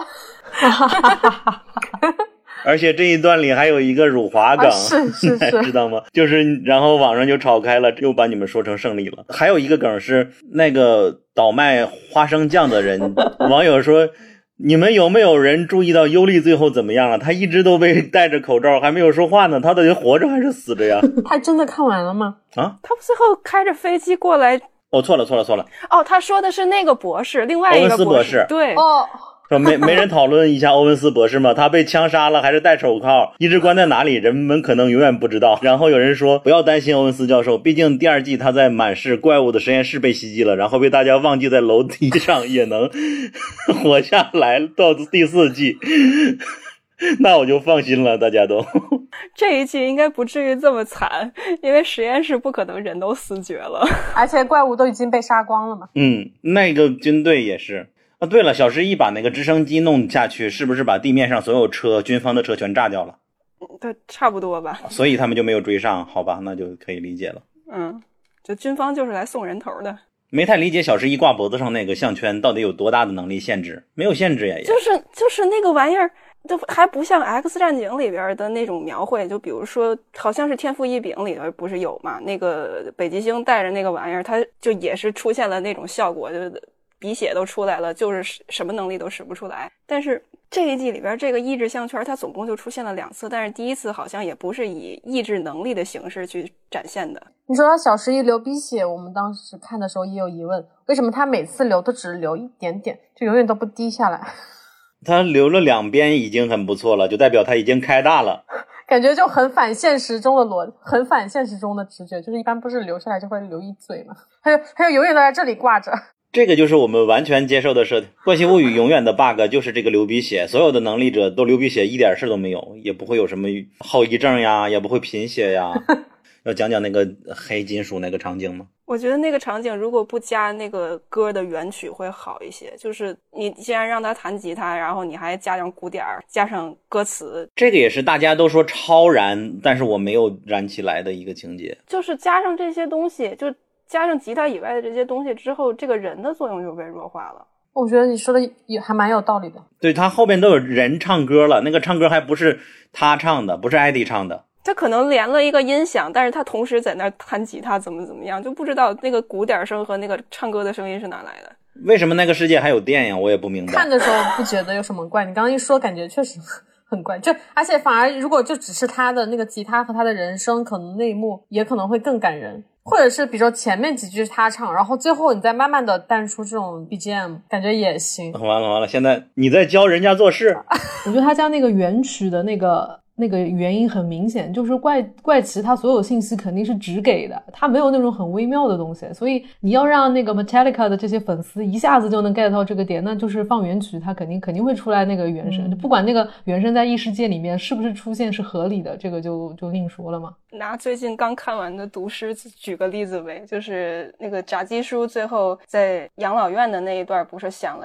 而且这一段里还有一个辱华梗、啊、 是是是， 知道吗？就是然后网上就吵开了，又把你们说成胜利了。还有一个梗是那个倒卖花生酱的人，网友说你们有没有人注意到尤利最后怎么样了？他一直都被戴着口罩，还没有说话呢，他到底活着还是死着呀？ 他真的看完了吗？ 啊， 他最后开着飞机过来。 哦，错了错了错了。 哦，他说的是那个博士，另外一个博士。 欧文斯博士。 对。 哦。 说没没人讨论一下欧文斯博士吗？他被枪杀了还是戴手铐，一直关在哪里，人们可能永远不知道。然后有人说不要担心欧文斯教授，毕竟第二季他在满是怪物的实验室被袭击了，然后被大家忘记在楼梯上也能活下来到第四季那我就放心了，大家都这一季应该不至于这么惨，因为实验室不可能人都死绝了， 而且怪物都已经被杀光了嘛。 嗯，那个军队也是啊。对了，小十一把那个直升机弄下去，是不是把地面上所有车军方的车全炸掉了？ 对，差不多吧。 所以他们就没有追上，好吧，那就可以理解了。 嗯，就军方就是来送人头的。 没太理解小十一挂脖子上那个项圈到底有多大的能力限制，没有限制呀，也就是就是那个玩意儿就还不像 X 战警里边的那种描绘，就比如说好像是天赋异禀里边不是有嘛，那个北极星带着那个玩意儿，它就也是出现了那种效果，就鼻血都出来了，就是什么能力都使不出来。但是这一季里边这个意志项圈它总共就出现了两次，但是第一次好像也不是以意志能力的形式去展现的。 你说到小十一流鼻血，我们当时看的时候也有疑问，为什么他每次流都只流一点点，就永远都不滴下来？ 他流了两边已经很不错了，就代表他已经开大了， 感觉就很反现实中的逻，很反现实中的直觉，就是一般不是流下来就会流一嘴嘛，他就他就永远都在这里挂着。 这个就是我们完全接受的设定。怪奇物语永远的 bug 就是这个流鼻血，所有的能力者都流鼻血一点事都没有，也不会有什么后遗症呀，也不会贫血呀。要讲讲那个黑金属那个场景吗？ 我觉得那个场景如果不加那个歌的原曲会好一些，就是你既然让他弹吉他，然后你还加上鼓点加上歌词， 这个也是大家都说超燃，但是我没有燃起来的一个情节。 就是加上这些东西，就加上吉他以外的这些东西之后，这个人的作用就被弱化了。 我觉得你说的也还蛮有道理的。 对，他后边都有人唱歌了，那个唱歌还不是他唱的，不是艾迪唱的， 他可能连了一个音响，但是他同时在那弹吉他怎么怎么样，就不知道那个鼓点声和那个唱歌的声音是哪来的。 为什么那个世界还有电呀？我也不明白。 看的时候不觉得有什么怪，你刚刚一说感觉确实很怪，就而且反而如果就只是他的那个吉他和他的人声，可能那一幕也可能会更感人，或者是比如说前面几句是他唱，然后最后你再慢慢的淡出这种 B G M， 感觉也行。 完了完了，现在你在教人家做事。 我觉得他家那个原曲的那个那个原因很明显，就是怪怪奇他所有信息肯定是只给的，他没有那种很微妙的东西，所以你要让那个 Metallica 的这些粉丝一下子就能 get 到这个点，那就是放原曲，他肯定肯定会出来那个原声、嗯、不管那个原声在异世界里面是不是出现是合理的，这个就就另说了嘛。 拿最近刚看完的读诗举个例子呗，就是那个炸鸡叔最后在养老院的那一段不是想了一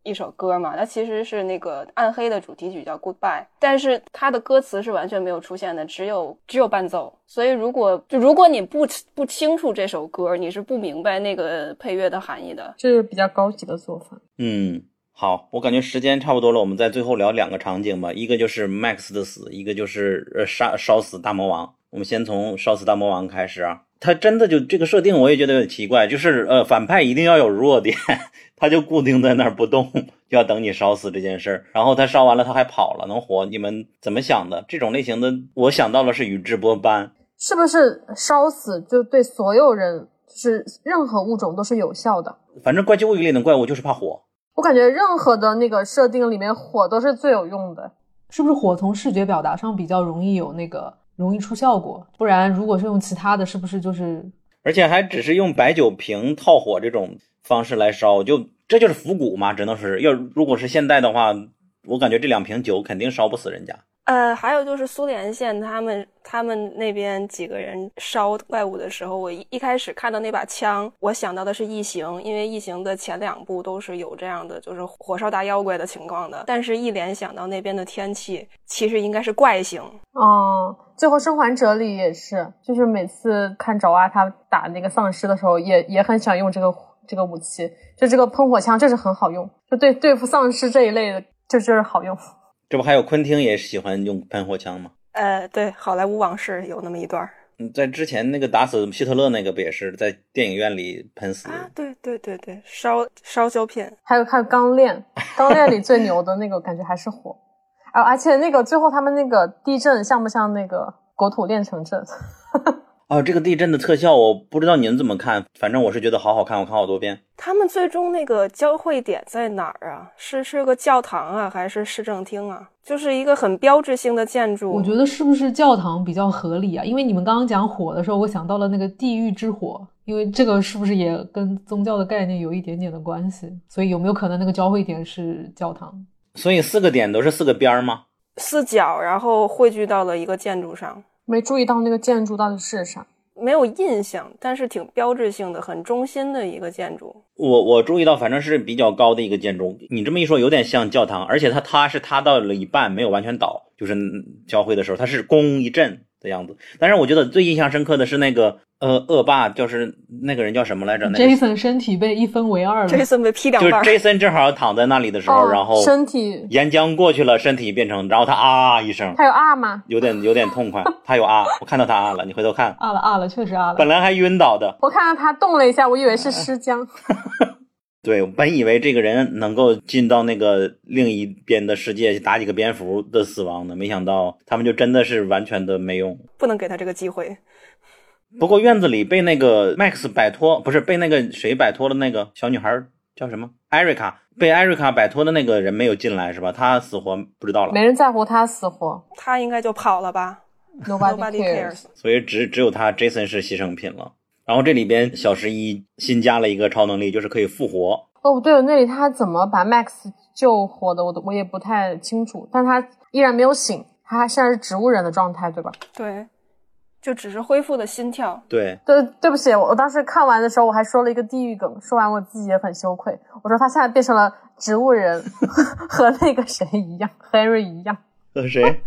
一首歌嘛，它其实是那个暗黑的主题曲叫 Goodbye， 但是它的歌词是完全没有出现的，只有只有伴奏。所以如果就如果你不不清楚这首歌，你是不明白那个配乐的含义的。 这是比较高级的做法。 嗯，好，我感觉时间差不多了，我们在最后聊两个场景吧，一个就是 Max 的死，一个就是呃杀烧死大魔王。我们先从烧死大魔王开始啊。他真的就这个设定我也觉得有点奇怪，就是呃反派一定要有弱点，他就固定在那儿不动，就要等你烧死这件事儿。然后他烧完了他还跑了能活，你们怎么想的？这种类型的我想到了是宇智波斑。 是不是烧死就对所有人就是任何物种都是有效的？ 反正怪奇物语里的怪物就是怕火。 我感觉任何的那个设定里面火都是最有用的。 是不是火从视觉表达上比较容易有那个容易出效果，不然如果是用其他的是不是就是而且还只是用白酒瓶套火这种方式来烧，就这就是复古嘛，只能是要如果是现代的话，我感觉这两瓶酒肯定烧不死人家。 呃，还有就是苏联线他们他们那边几个人烧怪物的时候，我一一开始看到那把枪，我想到的是异形，因为异形的前两部都是有这样的就是火烧大妖怪的情况的，但是一联想到那边的天气，其实应该是怪形。 哦，最后生还者里也是，就是每次看爪哇他打那个丧尸的时候也也很想用这个这个武器，就这个喷火枪就是很好用，就对对付丧尸这一类的就就是好用。 这不还有昆汀也喜欢用喷火枪吗？ 呃，对，好莱坞往事有那么一段。 嗯，在之前那个打死希特勒那个不也是在电影院里喷死啊？对对对对，烧烧胶片。 还有还有钢链，钢链里最牛的那个感觉还是火，啊，而且那个最后他们那个地震像不像那个国土炼成阵？ 哦，这个地震的特效我不知道你们怎么看，反正我是觉得好好看，我看好多遍。 他们最终那个交汇点在哪儿啊？是是个教堂啊，还是市政厅啊？就是一个很标志性的建筑。 我觉得是不是教堂比较合理啊？因为你们刚刚讲火的时候，我想到了那个地狱之火，因为这个是不是也跟宗教的概念有一点点的关系？所以有没有可能那个交汇点是教堂？ 所以四个点都是四个边吗？ 四角，然后汇聚到了一个建筑上。 没注意到那个建筑到底是啥， 没有印象，但是挺标志性的，很中心的一个建筑。 我我注意到，反正是比较高的一个建筑。你这么一说，有点像教堂，而且它它是塌到了一半，没有完全倒，就是交汇的时候，它是咣一震的样子。但是我觉得最印象深刻的是那个呃恶霸，就是那个人叫什么来着？那个、 Jason 身体被一分为二了。 Jason 被劈两半。 就是 Jason 正好躺在那里的时候， 哦、 然后身体岩浆过去了，身体变成，然后他啊一声。 他有啊吗？ 有点有点痛快，他有啊，我看到他啊了，你回头看。 啊了啊了，确实啊了。 本来还晕倒的。 我看到他动了一下，我以为是尸僵。 对，我本以为这个人能够进到那个另一边的世界打几个蝙蝠的死亡呢，没想到他们就真的是完全的没用， 不能给他这个机会。 不过院子里被那个 Max 摆脱，不是被那个谁摆脱了，那个小女孩叫什么艾瑞卡，被艾瑞卡摆脱的那个人没有进来是吧？他死活不知道了， 没人在乎他死活， 他应该就跑了吧。 Nobody, Nobody cares. cares。 所以只只有他 Jason 是牺牲品了。然后这里边小十一新加了一个超能力，就是可以复活。 哦，对了，那里他怎么把 Max 救活的，我我也不太清楚，但他依然没有醒，他现在是植物人的状态，对吧？ 对，就只是恢复了心跳。 对对，对不起，我我当时看完的时候，我还说了一个地狱梗，说完我自己也很羞愧。我说他现在变成了植物人，和那个谁一样 ，Henry 一样。 和谁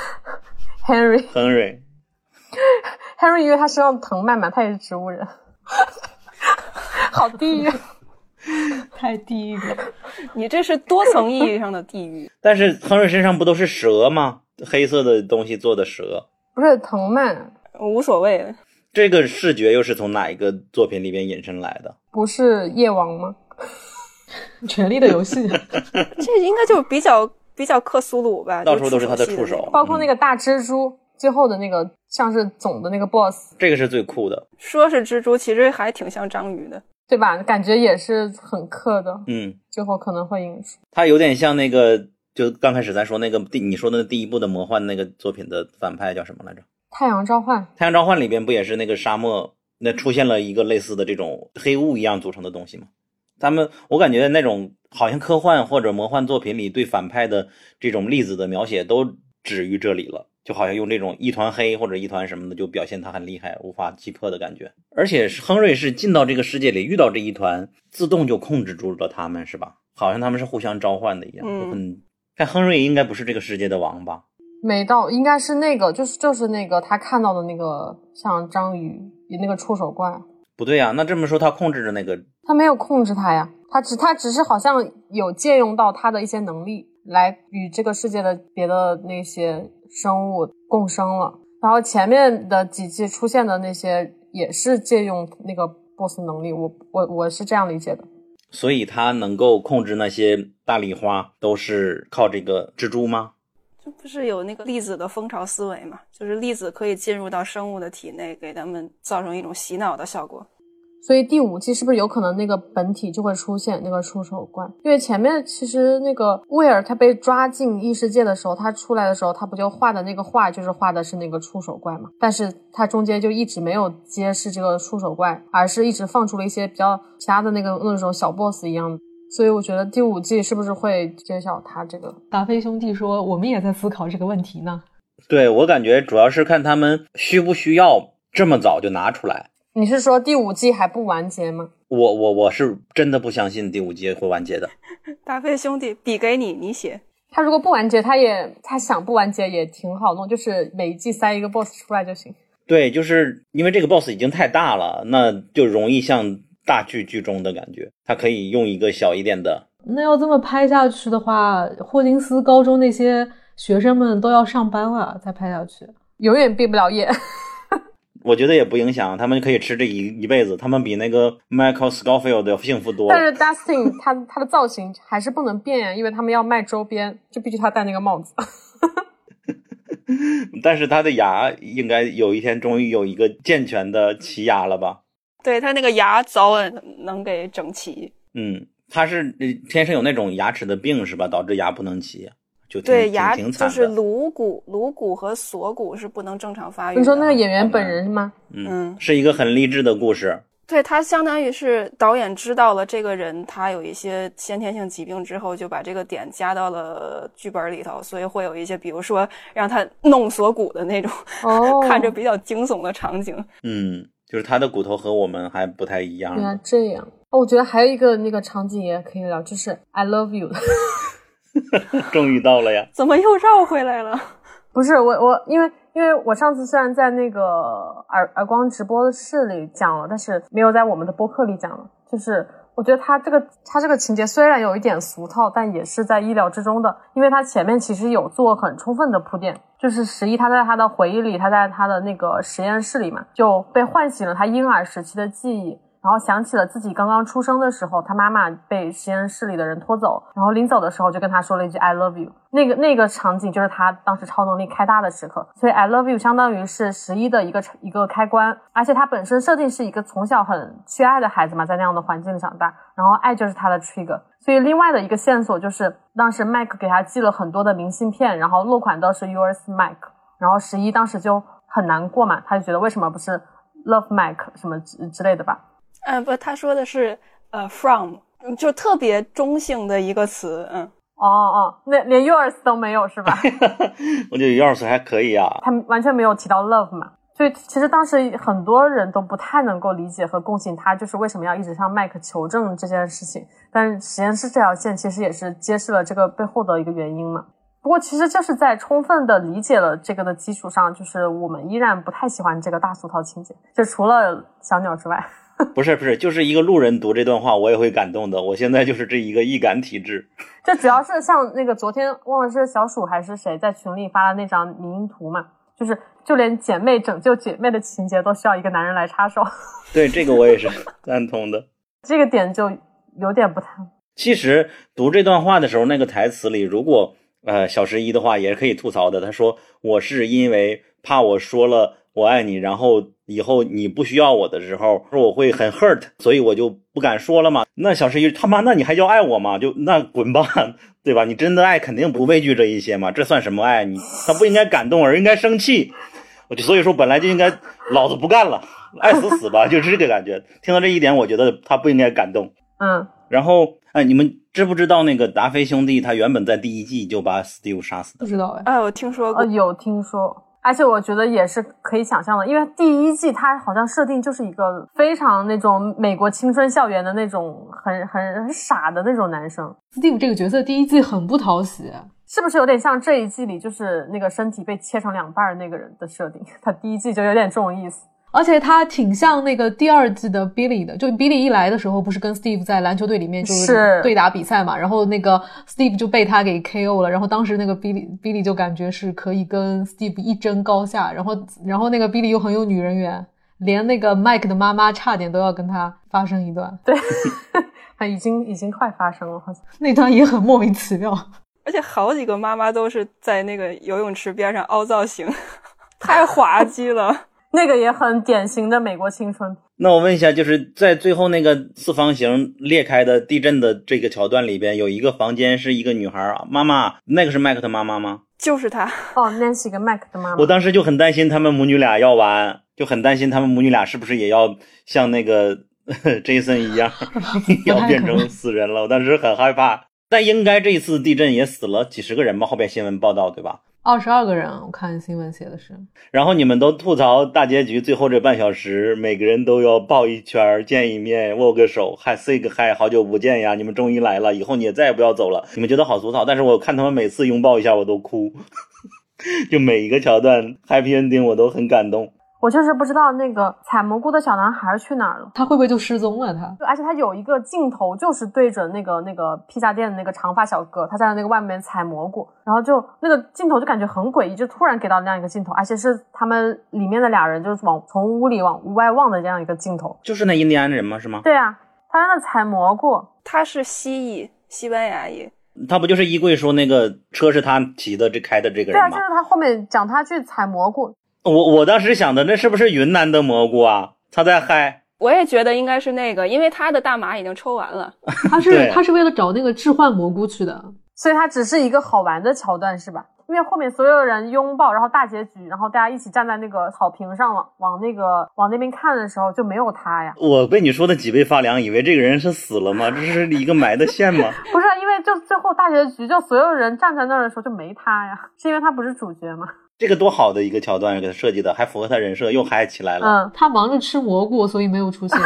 ？Henry。 Henry。 Henry 因为他身上藤蔓嘛，他也是植物人。好地狱。 太地狱了。 你这是多层意义上的地狱。 但是亨瑞身上不都是蛇吗？黑色的东西做的蛇。 不是藤蔓。 无所谓。 这个视觉又是从哪一个作品里边引申来的？ 不是夜王吗？ 权力的游戏。 这应该就比较比较克苏鲁吧， 到处都是他的触手， 包括那个大蜘蛛、嗯、最后的那个像是总的那个 boss， 这个是最酷的。 说是蜘蛛，其实还挺像章鱼的， 对吧？感觉也是很克的。 嗯， 最后可能会引出它有点像那个，就刚开始咱说那个第你说的第一部的魔幻那个作品的反派叫什么来着？ 太阳召唤。 太阳召唤里边不也是那个沙漠那出现了一个类似的这种黑雾一样组成的东西吗？他们我感觉那种好像科幻或者魔幻作品里对反派的这种粒子的描写都止于这里了，就好像用这种一团黑或者一团什么的就表现他很厉害无法击破的感觉。而且亨瑞是进到这个世界里遇到这一团自动就控制住了他们是吧？ 好像他们是互相召唤的一样。 嗯， 很，但亨瑞应该不是这个世界的王吧？ 没到，应该是那个，就是就是那个他看到的那个像章鱼那个触手怪。 不对呀、啊，那这么说他控制着那个， 他没有控制他呀，他只他只是好像有借用到他的一些能力来与这个世界的别的那些生物共生了。然后前面的几季出现的那些也是借用那个 boss 能力，我我我是这样理解的。 所以他能够控制那些大丽花都是靠这个蜘蛛吗？ 这不是有那个粒子的蜂巢思维嘛？就是粒子可以进入到生物的体内，给他们造成一种洗脑的效果。 所以第五季是不是有可能那个本体就会出现那个触手怪？因为前面其实那个威尔他被抓进异世界的时候，他出来的时候他不就画的那个画就是画的是那个触手怪嘛？但是他中间就一直没有揭示这个触手怪，而是一直放出了一些比较其他的那个那种小 boss 一样的。所以我觉得第五季是不是会揭晓他这个？ 达菲兄弟说我们也在思考这个问题呢。 对，我感觉主要是看他们需不需要这么早就拿出来。 你是说第五季还不完结吗？ 我我我是真的不相信第五季会完结的。 达菲兄弟，笔给你，你写。 他如果不完结，他也他想不完结也挺好弄，就是每一季塞一个 boss 出来就行。 对，就是因为这个 boss 已经太大了，那就容易像大剧剧中的感觉，他可以用一个小一点的。 那要这么拍下去的话，霍金斯高中那些学生们都要上班了，再拍下去永远毕不了业。 我觉得也不影响，他们可以吃这一一辈子，他们比那个 Michael Scofield 要幸福多了。 但是 Dustin 他他的造型还是不能变呀，因为他们要卖周边，就必须他戴那个帽子。 但是他的牙应该有一天终于有一个健全的齐牙了吧？ 对，他那个牙早晚能给整齐。 嗯，他是天生有那种牙齿的病是吧？导致牙不能齐。就对，牙挺惨的， 就是颅骨、颅骨和锁骨是不能正常发育的。 你说那个演员本人是吗？ 嗯，是一个很励志的故事。 对，他相当于是导演知道了这个人他有一些先天性疾病之后，就把这个点加到了剧本里头，所以会有一些比如说让他弄锁骨的那种哦， 看着比较惊悚的场景。 嗯，就是他的骨头和我们还不太一样。 原来这样。哦，我觉得还有一个那个场景也可以聊，就是 I love you。 终于到了呀！ 怎么又绕回来了？ 不是我我因为因为我上次虽然在那个耳耳光直播室里讲了，但是没有在我们的播客里讲了。就是我觉得他这个他这个情节虽然有一点俗套，但也是在意料之中的，因为他前面其实有做很充分的铺垫。就是十一他在他的回忆里，他在他的那个实验室里嘛，就被唤醒了他婴儿时期的记忆。然后想起了自己刚刚出生的时候，他妈妈被实验室里的人拖走，然后临走的时候就跟他说了一句 I love you。 那个那个场景就是他当时超能力开大的时刻，所以 I love you 相当于是十一的一个一个开关。而且他本身设定是一个从小很缺爱的孩子嘛，在那样的环境里长大，然后爱就是他的 trigger。 所以另外的一个线索就是当时麦克给他寄了很多的明信片，然后落款都是 yours Mike， 然后十一当时就很难过嘛，他就觉得为什么不是 love Mike 什么之之类的吧。 嗯，不，他说的是呃 from， 就特别中性的一个词。嗯， 哦哦，那连 yours 都没有是吧？ 我觉得 yours 还可以啊， 他完全没有提到 love 嘛。所以其实当时很多人都不太能够理解和共情他就是为什么要一直向麦克求证这件事情，但实验室这条线其实也是揭示了这个背后的一个原因嘛。不过其实就是在充分的理解了这个的基础上，就是我们依然不太喜欢这个大俗套情节，就除了小鸟之外。 不是不是，就是一个路人读这段话我也会感动的，我现在就是这一个易感体质。 就主要是像那个昨天忘了是小鼠还是谁在群里发了那张迷因图嘛，就是就连姐妹拯救姐妹的情节都需要一个男人来插手。 对，这个我也是赞同的。 这个点就有点不太。 其实读这段话的时候，那个台词里如果呃小十一的话也是可以吐槽的，他说我是因为怕我说了我爱你，然后以后你不需要我的时候，说我会很 hurt， 所以我就不敢说了嘛。那小十一他妈，那你还叫爱我吗？就那滚吧，对吧？你真的爱肯定不畏惧这一些嘛，这算什么爱？你他不应该感动，而应该生气。我就所以说本来就应该老子不干了，爱死死吧，就是这个感觉。听到这一点，我觉得他不应该感动。 嗯， 然后哎，你们知不知道那个达菲兄弟他原本在第一季就把 Steve 杀死的？ 不知道哎。 哎，我听说过。 呃，有听说。 而且我觉得也是可以想象的，因为第一季它好像设定就是一个非常那种美国青春校园的那种很很很傻的那种男生。 Steve 这个角色第一季很不讨喜， 是不是有点像这一季里就是那个身体被切成两半的那个人的设定？他第一季就有点这种意思。 而且他挺像那个第二季的 Billy 的，就 Billy 一来的时候不是跟 Steve 在篮球队里面就是对打比赛嘛，然后那个 Steve 就被他给 K O 了，然后当时那个 Billy Billy 就感觉是可以跟 Steve 一争高下，然后然后那个 Billy 又很有女人缘，连那个 Mike 的妈妈差点都要跟他发生一段。 对已经已经快发生了，好像那段也很莫名其妙。 而且好几个妈妈都是在那个游泳池边上凹造型，太滑稽了。 那个也很典型的美国青春。 那我问一下，就是在最后那个四方形裂开的地震的这个桥段里边，有一个房间是一个女孩啊，妈妈，那个是麦克的妈妈吗？ 就是她。 哦 Nancy 跟麦克的妈妈。 我当时就很担心他们母女俩要完，就很担心他们母女俩是不是也要像那个Jason 一样要变成死人了，我当时很害怕。但应该这一次地震也死了几十个人吧，后边新闻报道对吧？ 二十二个人，我看新闻写的是。 然后你们都吐槽大结局最后这半小时，每个人都要抱一圈，见一面，握个手，还 say 个 hi， 好久不见呀，你们终于来了，以后你也再也不要走了。你们觉得好俗套，但是我看他们每次拥抱一下我都哭，就每一个桥段 happy ending 我都很感动。 我就是不知道那个采蘑菇的小男孩去哪儿了， 他会不会就失踪了他？ 而且他有一个镜头就是对着那个那个披萨店的那个长发小哥，他在那个外面采蘑菇，然后就那个镜头就感觉很诡异，就突然给到那样一个镜头，而且是他们里面的俩人就是往从屋里往屋外望的这样一个镜头。 就是那印第安人吗？是吗？ 对啊，他在那采蘑菇。 他是西裔，西班牙裔。 他不就是衣柜说那个车是他骑的这开的这个人吗？ 对啊，就是他后面讲他去采蘑菇。 我我当时想的那是不是云南的蘑菇啊？他在嗨。 我也觉得应该是那个，因为他的大麻已经抽完了。 他是他是为了找那个置换蘑菇去的， 所以他只是一个好玩的桥段是吧？因为后面所有人拥抱，然后大结局，然后大家一起站在那个草坪上往往那个往那边看的时候就没有他呀。 我被你说的脊背发凉，以为这个人是死了吗？这是一个埋的线吗？ 不是，因为就最后大结局就所有人站在那儿的时候就没他呀，是因为他不是主角吗？ 这个多好的一个桥段给他设计的，还符合他人设，又嗨起来了。 嗯， 他忙着吃蘑菇，所以没有出现。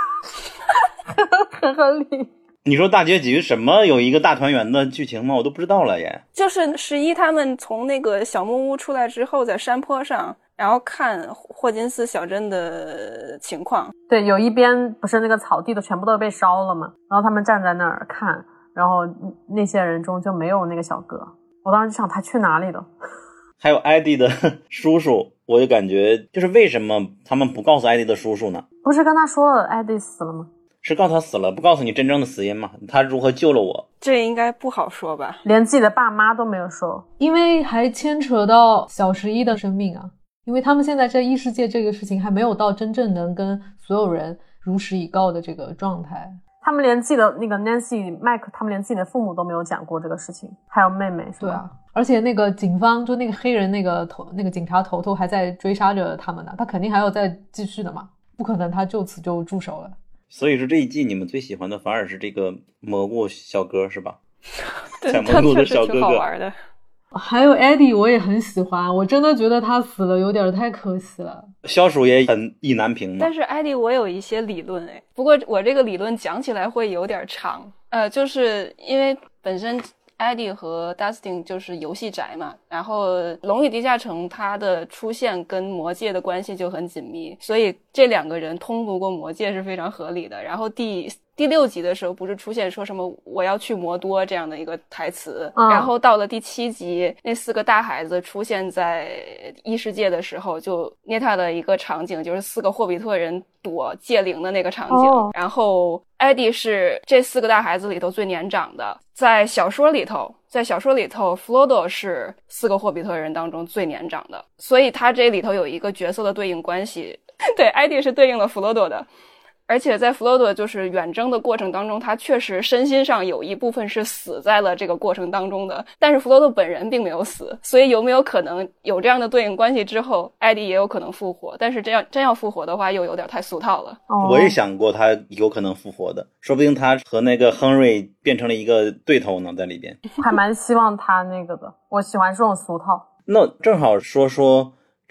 很合理。 你说大结局什么有一个大团圆的剧情吗？我都不知道了耶。 就是十一他们从那个小木屋出来之后，在山坡上，然后看霍金斯小镇的情况。 对，有一边不是那个草地的全部都被烧了嘛，然后他们站在那儿看，然后那些人中就没有那个小哥。我当时就想他去哪里了。 还有艾迪的叔叔，我就感觉就是为什么他们不告诉艾迪的叔叔呢？ 不是跟他说了艾迪死了吗？ 是告诉他死了，不告诉你真正的死因嘛？他如何救了我？ 这应该不好说吧？ 连自己的爸妈都没有说， 因为还牵扯到小十一的生命啊。因为他们现在在异世界这个事情还没有到真正能跟所有人如实以告的这个状态。 他们连自己的那个 Nancy、Mike， 他们连自己的父母都没有讲过这个事情，还有妹妹，是吧？ 对啊，而且那个警方就那个黑人那个头那个警察头头还在追杀着他们呢，他肯定还要再继续的嘛，不可能他就此就住手了。 所以说这一季你们最喜欢的反而是这个蘑菇小哥是吧？ 对， 采蘑菇的小哥哥挺好玩的。 还有 Eddie 我也很喜欢，我真的觉得他死了有点太可惜了。 消暑也很意难平嘛。 但是艾迪我有一些理论诶，不过我这个理论讲起来会有点长，呃，就是因为本身艾迪和 Dustin 就是游戏宅嘛，然后龙与地下城它的出现跟魔戒的关系就很紧密，所以这两个人通读过魔戒是非常合理的。然后第第六集的时候不是出现说什么我要去魔多这样的一个台词、嗯、然后到了第七集那四个大孩子出现在异世界的时候，就捏他的一个场景就是四个霍比特人躲戒灵的那个场景、哦、然后艾迪是这四个大孩子里头最年长的，在小说里头在小说里头弗罗多是四个霍比特人当中最年长的，所以他这里头有一个角色的对应关系。对，艾迪是对应了弗罗多的，而且在弗罗多就是远征的过程当中，他确实身心上有一部分是死在了这个过程当中的，但是弗罗多本人并没有死，所以有没有可能有这样的对应关系之后艾迪也有可能复活，但是这样真要复活的话又有点太俗套了。 我也想过他有可能复活的，说不定他和那个亨瑞变成了一个对头呢，在里边。 还蛮希望他那个的，我喜欢这种俗套。 那正好说说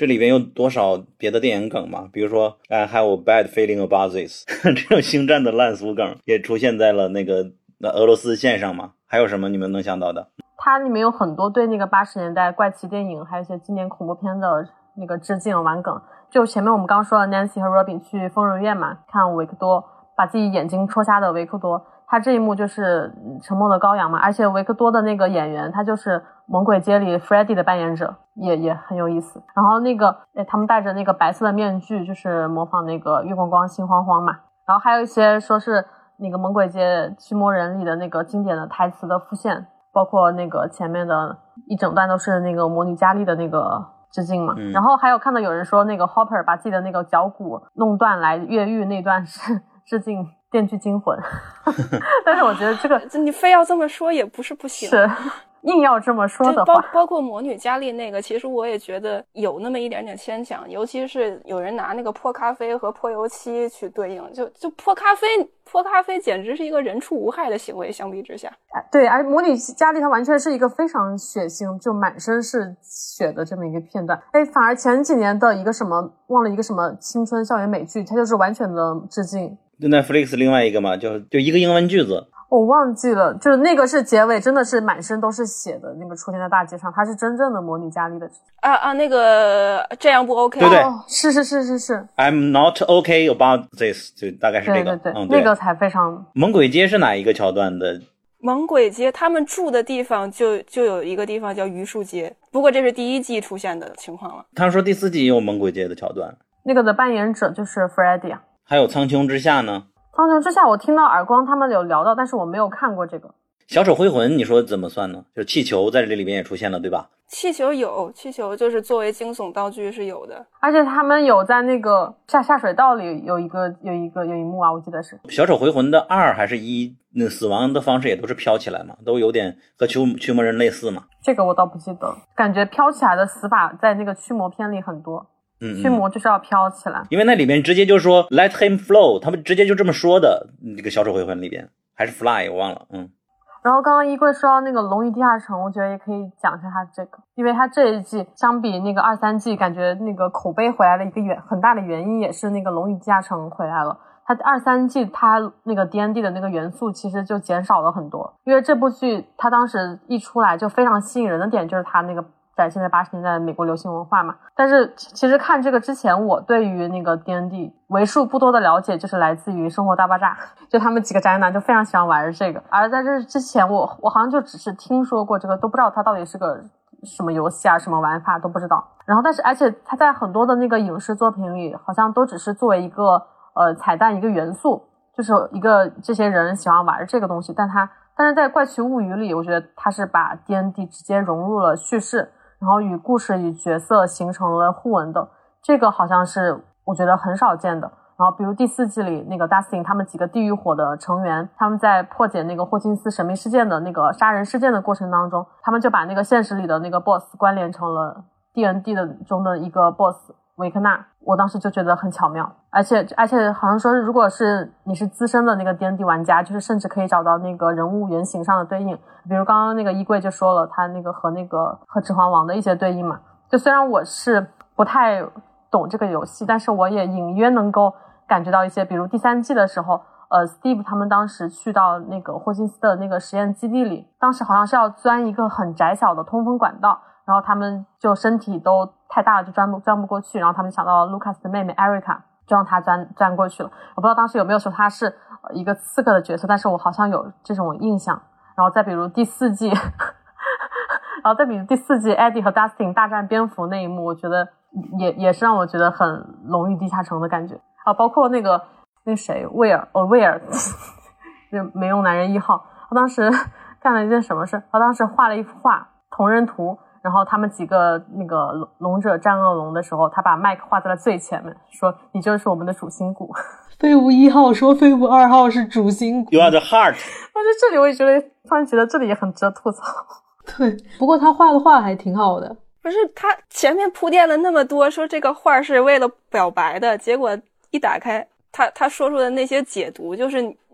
这里边有多少别的电影梗嘛？比如说 I have a bad feeling about this 这种星战的烂俗梗也出现在了那个俄罗斯线上嘛？还有什么你们能想到的？ 它里面有很多对那个八十年代怪奇电影还有一些经典恐怖片的那个致敬玩梗。就前面我们刚说的 Nancy 和 Robin 去疯人院嘛，看维克多把自己眼睛戳瞎的维克多，他这一幕就是沉默的羔羊嘛，而且维克多的那个演员他就是猛鬼街里 Freddy 的扮演者，也也很有意思。然后那个诶他们戴着那个白色的面具，就是模仿那个月光光心慌慌嘛。然后还有一些说是那个猛鬼街驱魔人里的那个经典的台词的复现，包括那个前面的一整段都是那个魔女佳丽的那个致敬嘛、嗯、然后还有看到有人说那个 Hopper 把自己的那个脚骨弄断来越狱那段是致敬电锯惊魂但是我觉得这个你非要这么说也不是不行， 是硬要这么说的话， 包包括魔女佳丽那个，其实我也觉得有那么一点点牵强，尤其是有人拿那个泼咖啡和泼油漆去对应，就就泼咖啡泼咖啡简直是一个人畜无害的行为，相比之下。 对，而魔女佳丽她完全是一个非常血腥，就满身是血的这么一个片段。哎，反而前几年的一个什么忘了一个什么青春校园美剧，它就是完全的致敬。 Netflix 另外一个嘛，就就一个英文句子。 我忘记了，就是那个是结尾真的是满身都是血的那个出现在大街上，它是真正的魔女佳丽的啊啊那个这样不 OK 对对、 哦、是是是是是 I'm not okay about this 就大概是这个。 对对对、 嗯、对那个才非常。 猛鬼街是哪一个桥段的？ 猛鬼街他们住的地方就就有一个地方叫榆树街，不过这是第一季出现的情况了。 他说第四季也有猛鬼街的桥段， 那个的扮演者就是 Freddy 啊。 还有苍穹之下呢？ 苍穹之下我听到耳光他们有聊到，但是我没有看过这个。 小丑回魂你说怎么算呢？就是气球在这里边也出现了对吧？ 气球有，气球就是作为惊悚道具是有的， 而且他们有在那个下下水道里有一个有一个有一幕啊，我记得是小丑回魂的二还是一，那死亡的方式也都是飘起来嘛，都有点和驱驱魔人类似嘛。 这个我倒不记得，感觉飘起来的死法在那个驱魔片里很多。 嗯， 驱魔就是要飘起来， 因为那里面直接就说 Let him flow， 他们直接就这么说的。这个小丑回魂里边还是 fly 我忘了。嗯。 然后刚刚衣柜说到那个龙与地下城，我觉得也可以讲一下它这个，因为它这一季相比那个二三季感觉那个口碑回来的一个原很大的原因也是那个龙与地下城回来了。它二三季它那个 D and D 的那个元素其实就减少了很多，因为这部剧它当时一出来就非常吸引人的点就是它那个展现在八十年代的美国流行文化嘛。但是其实看这个之前，我对于那个 D and D 为数不多的了解就是来自于生活大爆炸，就他们几个宅男就非常喜欢玩这个。而在这之前我我好像就只是听说过这个，都不知道它到底是个什么游戏啊，什么玩法都不知道。然后但是而且它在很多的那个影视作品里好像都只是作为一个呃彩蛋一个元素，就是一个这些人喜欢玩这个东西。但它但是在怪奇物语里，我觉得它是把 D and D 直接融入了叙事，然后与故事与角色形成了互文的，这个好像是我觉得很少见的。然后比如第四季里那个 Dustin 他们几个地狱火的成员，他们在破解那个霍金斯神秘事件的那个杀人事件的过程当中，他们就把那个现实里的那个 boss 关联成了 D and D 的中的一个 boss 维克纳，我当时就觉得很巧妙。而且而且好像说如果是你是资深的那个 D and D 玩家，就是甚至可以找到那个人物原型上的对应，比如刚刚那个衣柜就说了他那个和那个和指环王的一些对应嘛。就虽然我是不太懂这个游戏，但是我也隐约能够感觉到一些，比如第三季的时候呃 Steve 他们当时去到那个霍金斯的那个实验基地里，当时好像是要钻一个很窄小的通风管道，然后他们就身体都太大了就钻不钻不过去，然后他们想到了 Lucas 的妹妹 Erica， 就让他钻钻过去了。我不知道当时有没有说他是一个刺客的角色，但是我好像有这种印象。然后再比如第四季然后再比如第四季 Eddie 和 Dustin 大战蝙蝠那一幕，我觉得也也是让我觉得很龙与地下城的感觉啊。包括那个那谁威尔哦威尔没用男人一号，我当时干了一件什么事，我当时画了一幅画同人图，然后他们几个那个龙者战恶龙的时候，他把麦克画在了最前面，说你就是我们的主心骨。 废物一号说废物二号是主心骨。 You are the heart。 但是这里我也觉得突然觉得这里也很值得吐槽。 对，不过他画的画还挺好的。 不是他前面铺垫了那么多，说这个画是为了表白的，结果一打开他他说出的那些解读，就是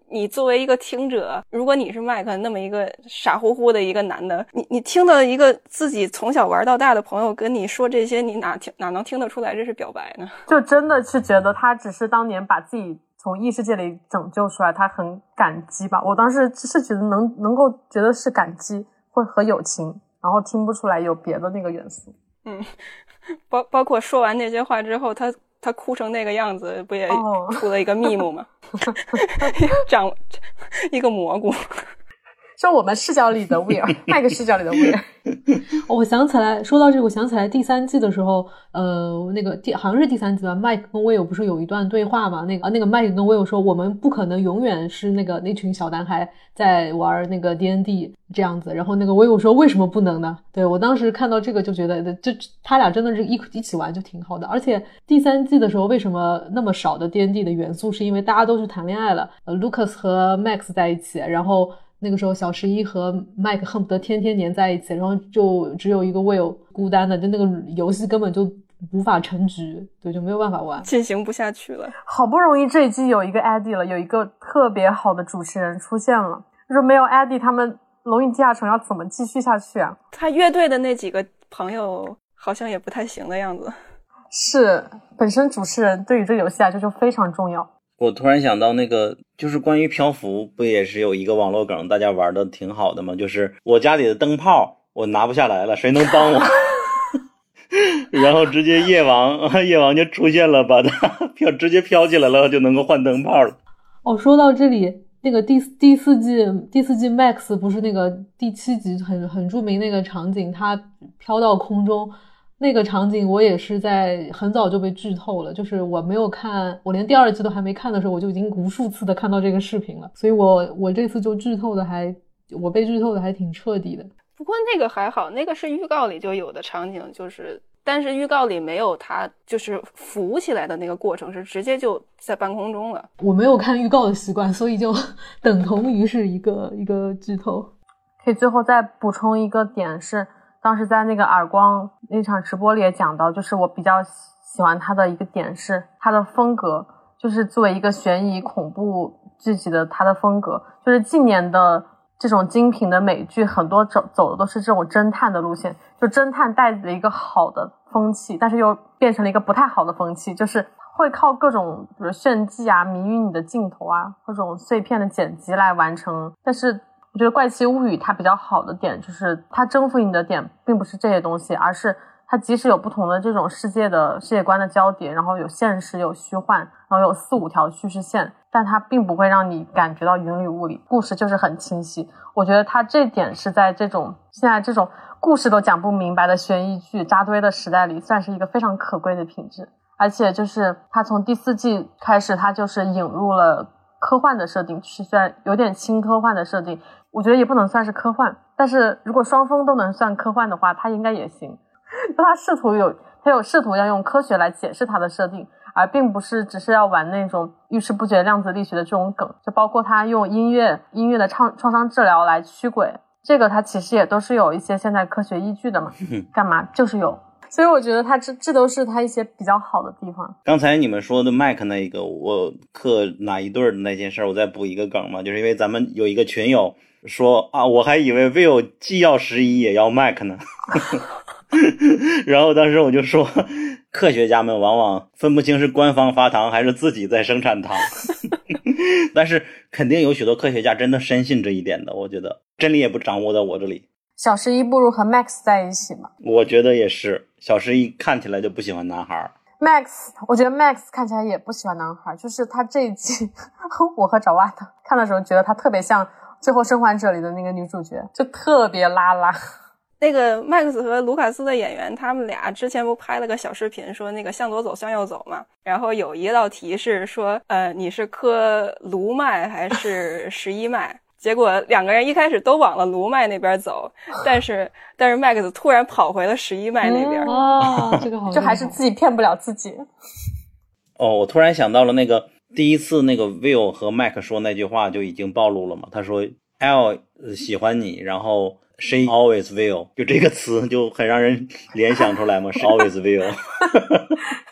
你作为一个听者，如果你是麦克那么一个傻乎乎的一个男的，你你听到一个自己从小玩到大的朋友跟你说这些，你哪听哪能听得出来这是表白呢？ 就真的是觉得他只是当年把自己从异世界里拯救出来，他很感激吧。我当时是觉得能能够觉得是感激或和友情，然后听不出来有别的那个元素。 嗯，包包括说完那些话之后，他他哭成那个样子，不也出了一个密目吗？哦、长一个蘑菇。 是我们视角里的 Will， 麦克视角里的 Will。 哦，我想起来，说到这个，我想起来第三季的时候，呃，那个第好像是第三季吧，麦克跟 Will 不是有一段对话嘛？那个啊，那个麦克跟 Will 说，我们不可能永远是那个那群小男孩在玩那个 D and D 这样子。然后那个 Will 说，为什么不能呢？对，我当时看到这个就觉得，就他俩真的是一一起玩就挺好的。而且第三季的时候，为什么那么少的 D and D 的元素？是因为大家都是谈恋爱了，呃 ，Lucas 和 Max 在一起，然后。那个时候小十一和麦克恨不得天天黏在一起，然后就只有一个 Will 孤单的，就那个游戏根本就无法成局，对，就没有办法玩， 进行不下去了。 好不容易这一季有一个 Eddie 了，有一个特别好的主持人出现了，就是没有 Eddie 他们龙与地下城要怎么继续下去啊？ 他乐队的那几个朋友好像也不太行的样子。 是，本身主持人对于这个游戏来说就非常重要。 我突然想到那个就是关于漂浮，不也是有一个网络梗大家玩的挺好的吗？就是我家里的灯泡我拿不下来了，谁能帮我？然后直接夜王夜王就出现了，把它飘直接飘起来了，就能够换灯泡了。 哦，说到这里，那个第第四季第四季 Max 不是那个第七集很很著名那个场景，他飘到空中。那个场景我也是在很早就被剧透了，就是我没有看，我连第二季都还没看的时候，我就已经无数次的看到这个视频了，所以我我这次就剧透的还我被剧透的还挺彻底的。 不过那个还好，那个是预告里就有的场景，就是但是预告里没有它就是浮起来的那个过程，是直接就在半空中了。 我没有看预告的习惯，所以就等同于是一个一个剧透。 可以最后再补充一个点是。当时在那个耳光那场直播里也讲到，就是我比较喜欢他的一个点是他的风格，就是作为一个悬疑恐怖剧集的他的风格，就是近年的这种精品的美剧很多走走的都是这种侦探的路线，就侦探带了一个好的风气，但是又变成了一个不太好的风气，就是会靠各种比如炫技啊、迷于你的镜头啊、各种碎片的剪辑来完成，但是我觉得怪奇物语它比较好的点就是它征服你的点并不是这些东西，而是它即使有不同的这种世界的世界观的交叠，然后有现实有虚幻，然后有四五条叙事线，但它并不会让你感觉到云里雾里，故事就是很清晰。我觉得它这点是在这种现在这种故事都讲不明白的悬疑剧扎堆的时代里算是一个非常可贵的品质。而且就是它从第四季开始它就是引入了科幻的设定，就是虽然有点轻科幻的设定，我觉得也不能算是科幻，但是如果双峰都能算科幻的话，它应该也行。他试图有他有试图要用科学来解释它的设定，而并不是只是要玩那种遇事不决量子力学的这种梗，就包括他用音乐音乐的创创伤治疗来驱鬼，这个它其实也都是有一些现代科学依据的嘛。干嘛就是有，所以我觉得它这这都是它一些比较好的地方。 刚才你们说的麦克那个我克哪一对的那件事，我再补一个梗嘛，就是因为咱们有一个群友说啊，我还以为 Will 既要十一也要麦克呢。然后当时我就说，科学家们往往分不清是官方发糖还是自己在生产糖。但是肯定有许多科学家真的深信这一点的，我觉得真理也不掌握在我这里。 小十一不如和 Max 在一起嘛？ 我觉得也是，小十一看起来就不喜欢男孩。 Max 我觉得 Max 看起来也不喜欢男孩，就是他这一季我和爪哇的看的时候觉得他特别像最后生还者里的那个女主角，就特别拉拉。 那个麦克斯和卢卡斯的演员，他们俩之前不拍了个小视频，说那个向左走向右走嘛，然后有一道题是说，呃，你是磕卢麦还是十一麦？结果两个人一开始都往了卢麦那边走，但是但是麦克斯突然跑回了十一麦那边。 哦、嗯，这个好， 就还是自己骗不了自己。 哦，我突然想到了那个第一次那个 Will 和麦克说那句话就已经暴露了嘛，他说 L 喜欢你，然后She always will， 就这个词就很让人联想出来嘛。She always will。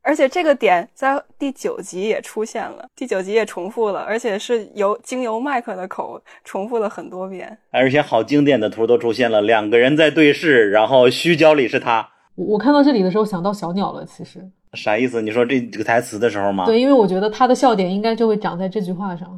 而且这个点在第九集也出现了，第九集也重复了，而且是由经由麦克的口重复了很多遍， 而且好经典的图都出现了，两个人在对视，然后虚焦里是他。 我看到这里的时候想到小鸟了，其实啥意思？你说这个台词的时候吗？ 对，因为我觉得他的笑点应该就会长在这句话上。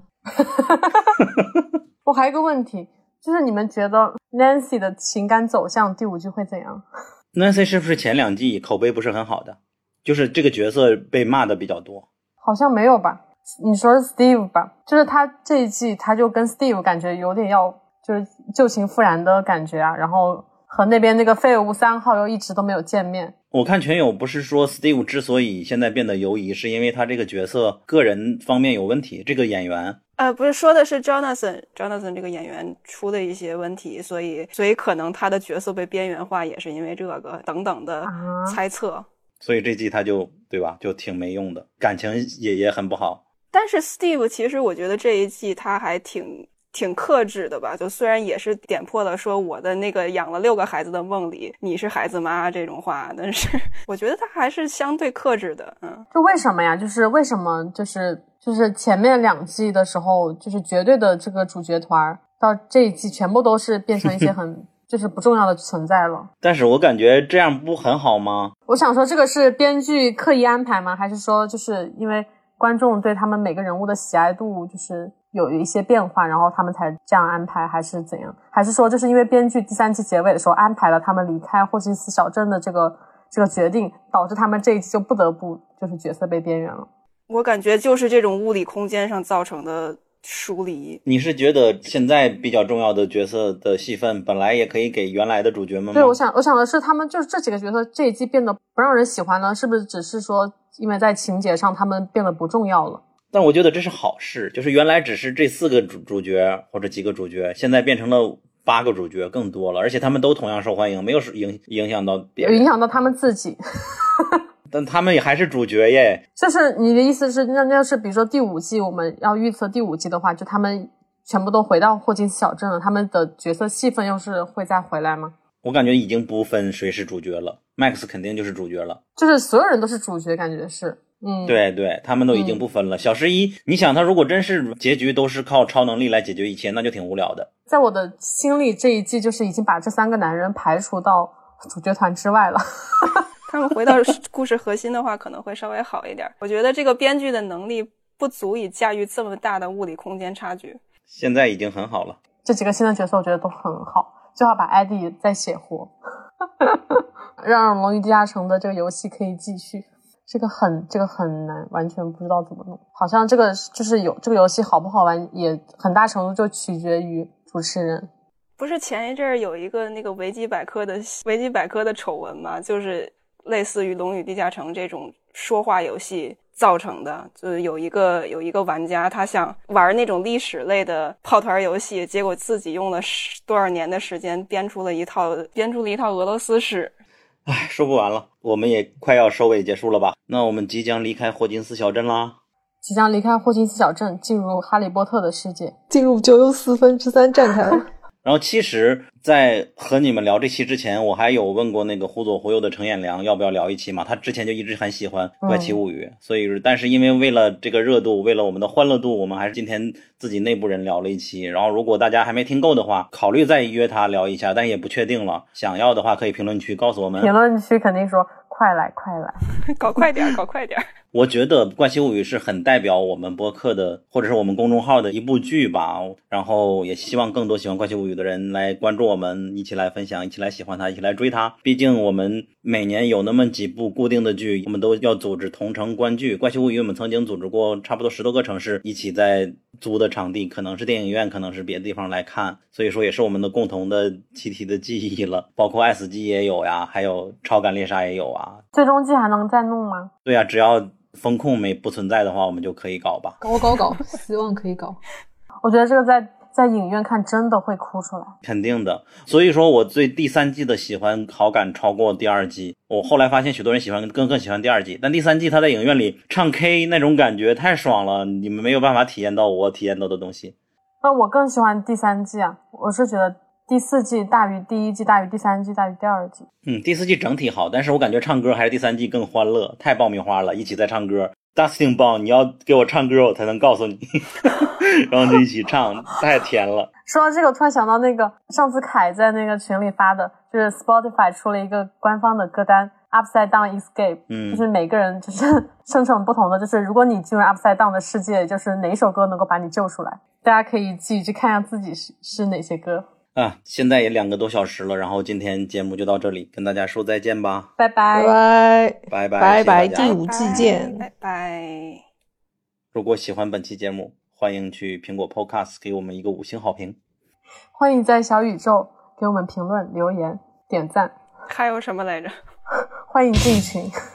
我还有一个问题，就是你们觉得 Nancy 的情感走向第五季会怎样？ Nancy 是不是前两季口碑不是很好的？就是这个角色被骂的比较多。 好像没有吧，你说是 Steve 吧，就是他这一季他就跟 Steve 感觉有点要就是旧情复燃的感觉啊，然后和那边那个废物三号又一直都没有见面。 我看全友不是说 Steve 之所以现在变得犹疑，是因为他这个角色个人方面有问题，这个演员呃，不是说的是 Jonathan Jonathan 这个演员出的一些问题，所以所以可能他的角色被边缘化也是因为这个等等的猜测、啊、 所以这季他就对吧就挺没用的，感情也也很不好。 但是 Steve 其实我觉得这一季他还挺挺克制的吧，就虽然也是点破了说我的那个养了六个孩子的梦里你是孩子妈这种话，但是我觉得他还是相对克制的。嗯， 就为什么呀，就是为什么就是就是前面两季的时候就是绝对的这个主角团，到这一季全部都是变成一些很就是不重要的存在了。 但是我感觉这样不很好吗？ 我想说这个是编剧刻意安排吗？还是说就是因为观众对他们每个人物的喜爱度就是有一些变化，然后他们才这样安排，还是怎样？还是说就是因为编剧第三季结尾的时候安排了他们离开霍金斯小镇的这个这个决定，导致他们这一季就不得不就是角色被边缘了？ 我感觉就是这种物理空间上造成的疏离。 你是觉得现在比较重要的角色的戏份本来也可以给原来的主角们吗？ 对，我想我想的是他们就是这几个角色这一季变得不让人喜欢了，是不是只是说因为在情节上他们变得不重要了？ 但我觉得这是好事，就是原来只是这四个主主角或者几个主角，现在变成了八个主角，更多了，而且他们都同样受欢迎，没有影影响到别人， 影响到他们自己。 但他们也还是主角耶。 就是你的意思是，那要是比如说第五季我们要预测第五季的话，就他们全部都回到霍金斯小镇了，他们的角色戏份又是会再回来吗？ 我感觉已经不分谁是主角了， Max 肯定就是主角了， 就是所有人都是主角，感觉是。嗯， 对对，他们都已经不分了、嗯、小十一你想他如果真是结局都是靠超能力来解决一切，那就挺无聊的。 在我的心里这一季就是已经把这三个男人排除到主角团之外了。 他们回到故事核心的话可能会稍微好一点。我觉得这个编剧的能力不足以驾驭这么大的物理空间差距， 现在已经很好了。 这几个新的角色我觉得都很好，最好把艾迪再写活。让龙与地下城的这个游戏可以继续。这个很这个很难，完全不知道怎么弄。好像这个就是有这个游戏好不好玩也很大程度就取决于主持人。 不是前一阵儿有一个那个维基百科的维基百科的丑闻嘛，就是类似于龙与地下城这种说话游戏造成的，就是有一个有一个玩家他想玩那种历史类的炮团游戏，结果自己用了多少年的时间编出了一套编出了一套俄罗斯史。 唉，说不完了，我们也快要收尾结束了吧？那我们即将离开霍金斯小镇啦， 即将离开霍金斯小镇，进入哈利波特的世界， 进入九又四分之三展开。 然后其实在和你们聊这期之前，我还有问过那个忽左忽右的程彦良要不要聊一期嘛，他之前就一直很喜欢怪奇物语、嗯、所以但是因为为了这个热度，为了我们的欢乐度，我们还是今天自己内部人聊了一期。然后如果大家还没听够的话，考虑再约他聊一下，但也不确定了，想要的话可以评论区告诉我们， 评论区肯定说快来快来搞快点搞快点。 我觉得怪奇物语是很代表我们播客的或者是我们公众号的一部剧吧，然后也希望更多喜欢怪奇物语的人来关注我们，一起来分享，一起来喜欢它，一起来追它。毕竟我们每年有那么几部固定的剧，我们都要组织同城观剧。怪奇物语我们曾经组织过差不多十多个城市一起在租的场地，可能是电影院，可能是别的地方来看，所以说也是我们的共同的集体的记忆了。包括爱死机也有呀，还有超感猎杀也有啊。 最终季还能再弄吗？ 对啊，只要风控没不存在的话，我们就可以搞吧。 搞搞搞，希望可以搞。 我觉得这个在在影院看真的会哭出来， 肯定的。所以说我对第三季的喜欢好感超过第二季。我后来发现许多人喜欢更更喜欢第二季，但第三季他在影院里唱 K 那种感觉太爽了，你们没有办法体验到我体验到的东西。 那我更喜欢第三季啊，我是觉得第四季大于第一季，大于第三季，大于第二季。 嗯，第四季整体好，但是我感觉唱歌还是第三季更欢乐，太爆米花了，一起在唱歌。Dustin Bond， 你要给我唱歌我才能告诉你，然后就一起唱，太甜了。 说到这个，我突然想到那个上次凯在那个群里发的，就是 Spotify 出了一个官方的歌单 Upside Down Escape， 嗯，就是每个人就是生成不同的，就是如果你进入 Upside Down 的世界，就是哪首歌能够把你救出来，大家可以自己去看一下自己是是哪些歌啊。现在也两个多小时了，然后今天节目就到这里，跟大家说再见吧， 拜拜拜拜拜拜拜，第五季见， 拜拜。 如果喜欢本期节目，欢迎去苹果 Podcast 给我们一个五星好评， 欢迎在小宇宙给我们评论、留言、点赞， 还有什么来着？ 欢迎进群。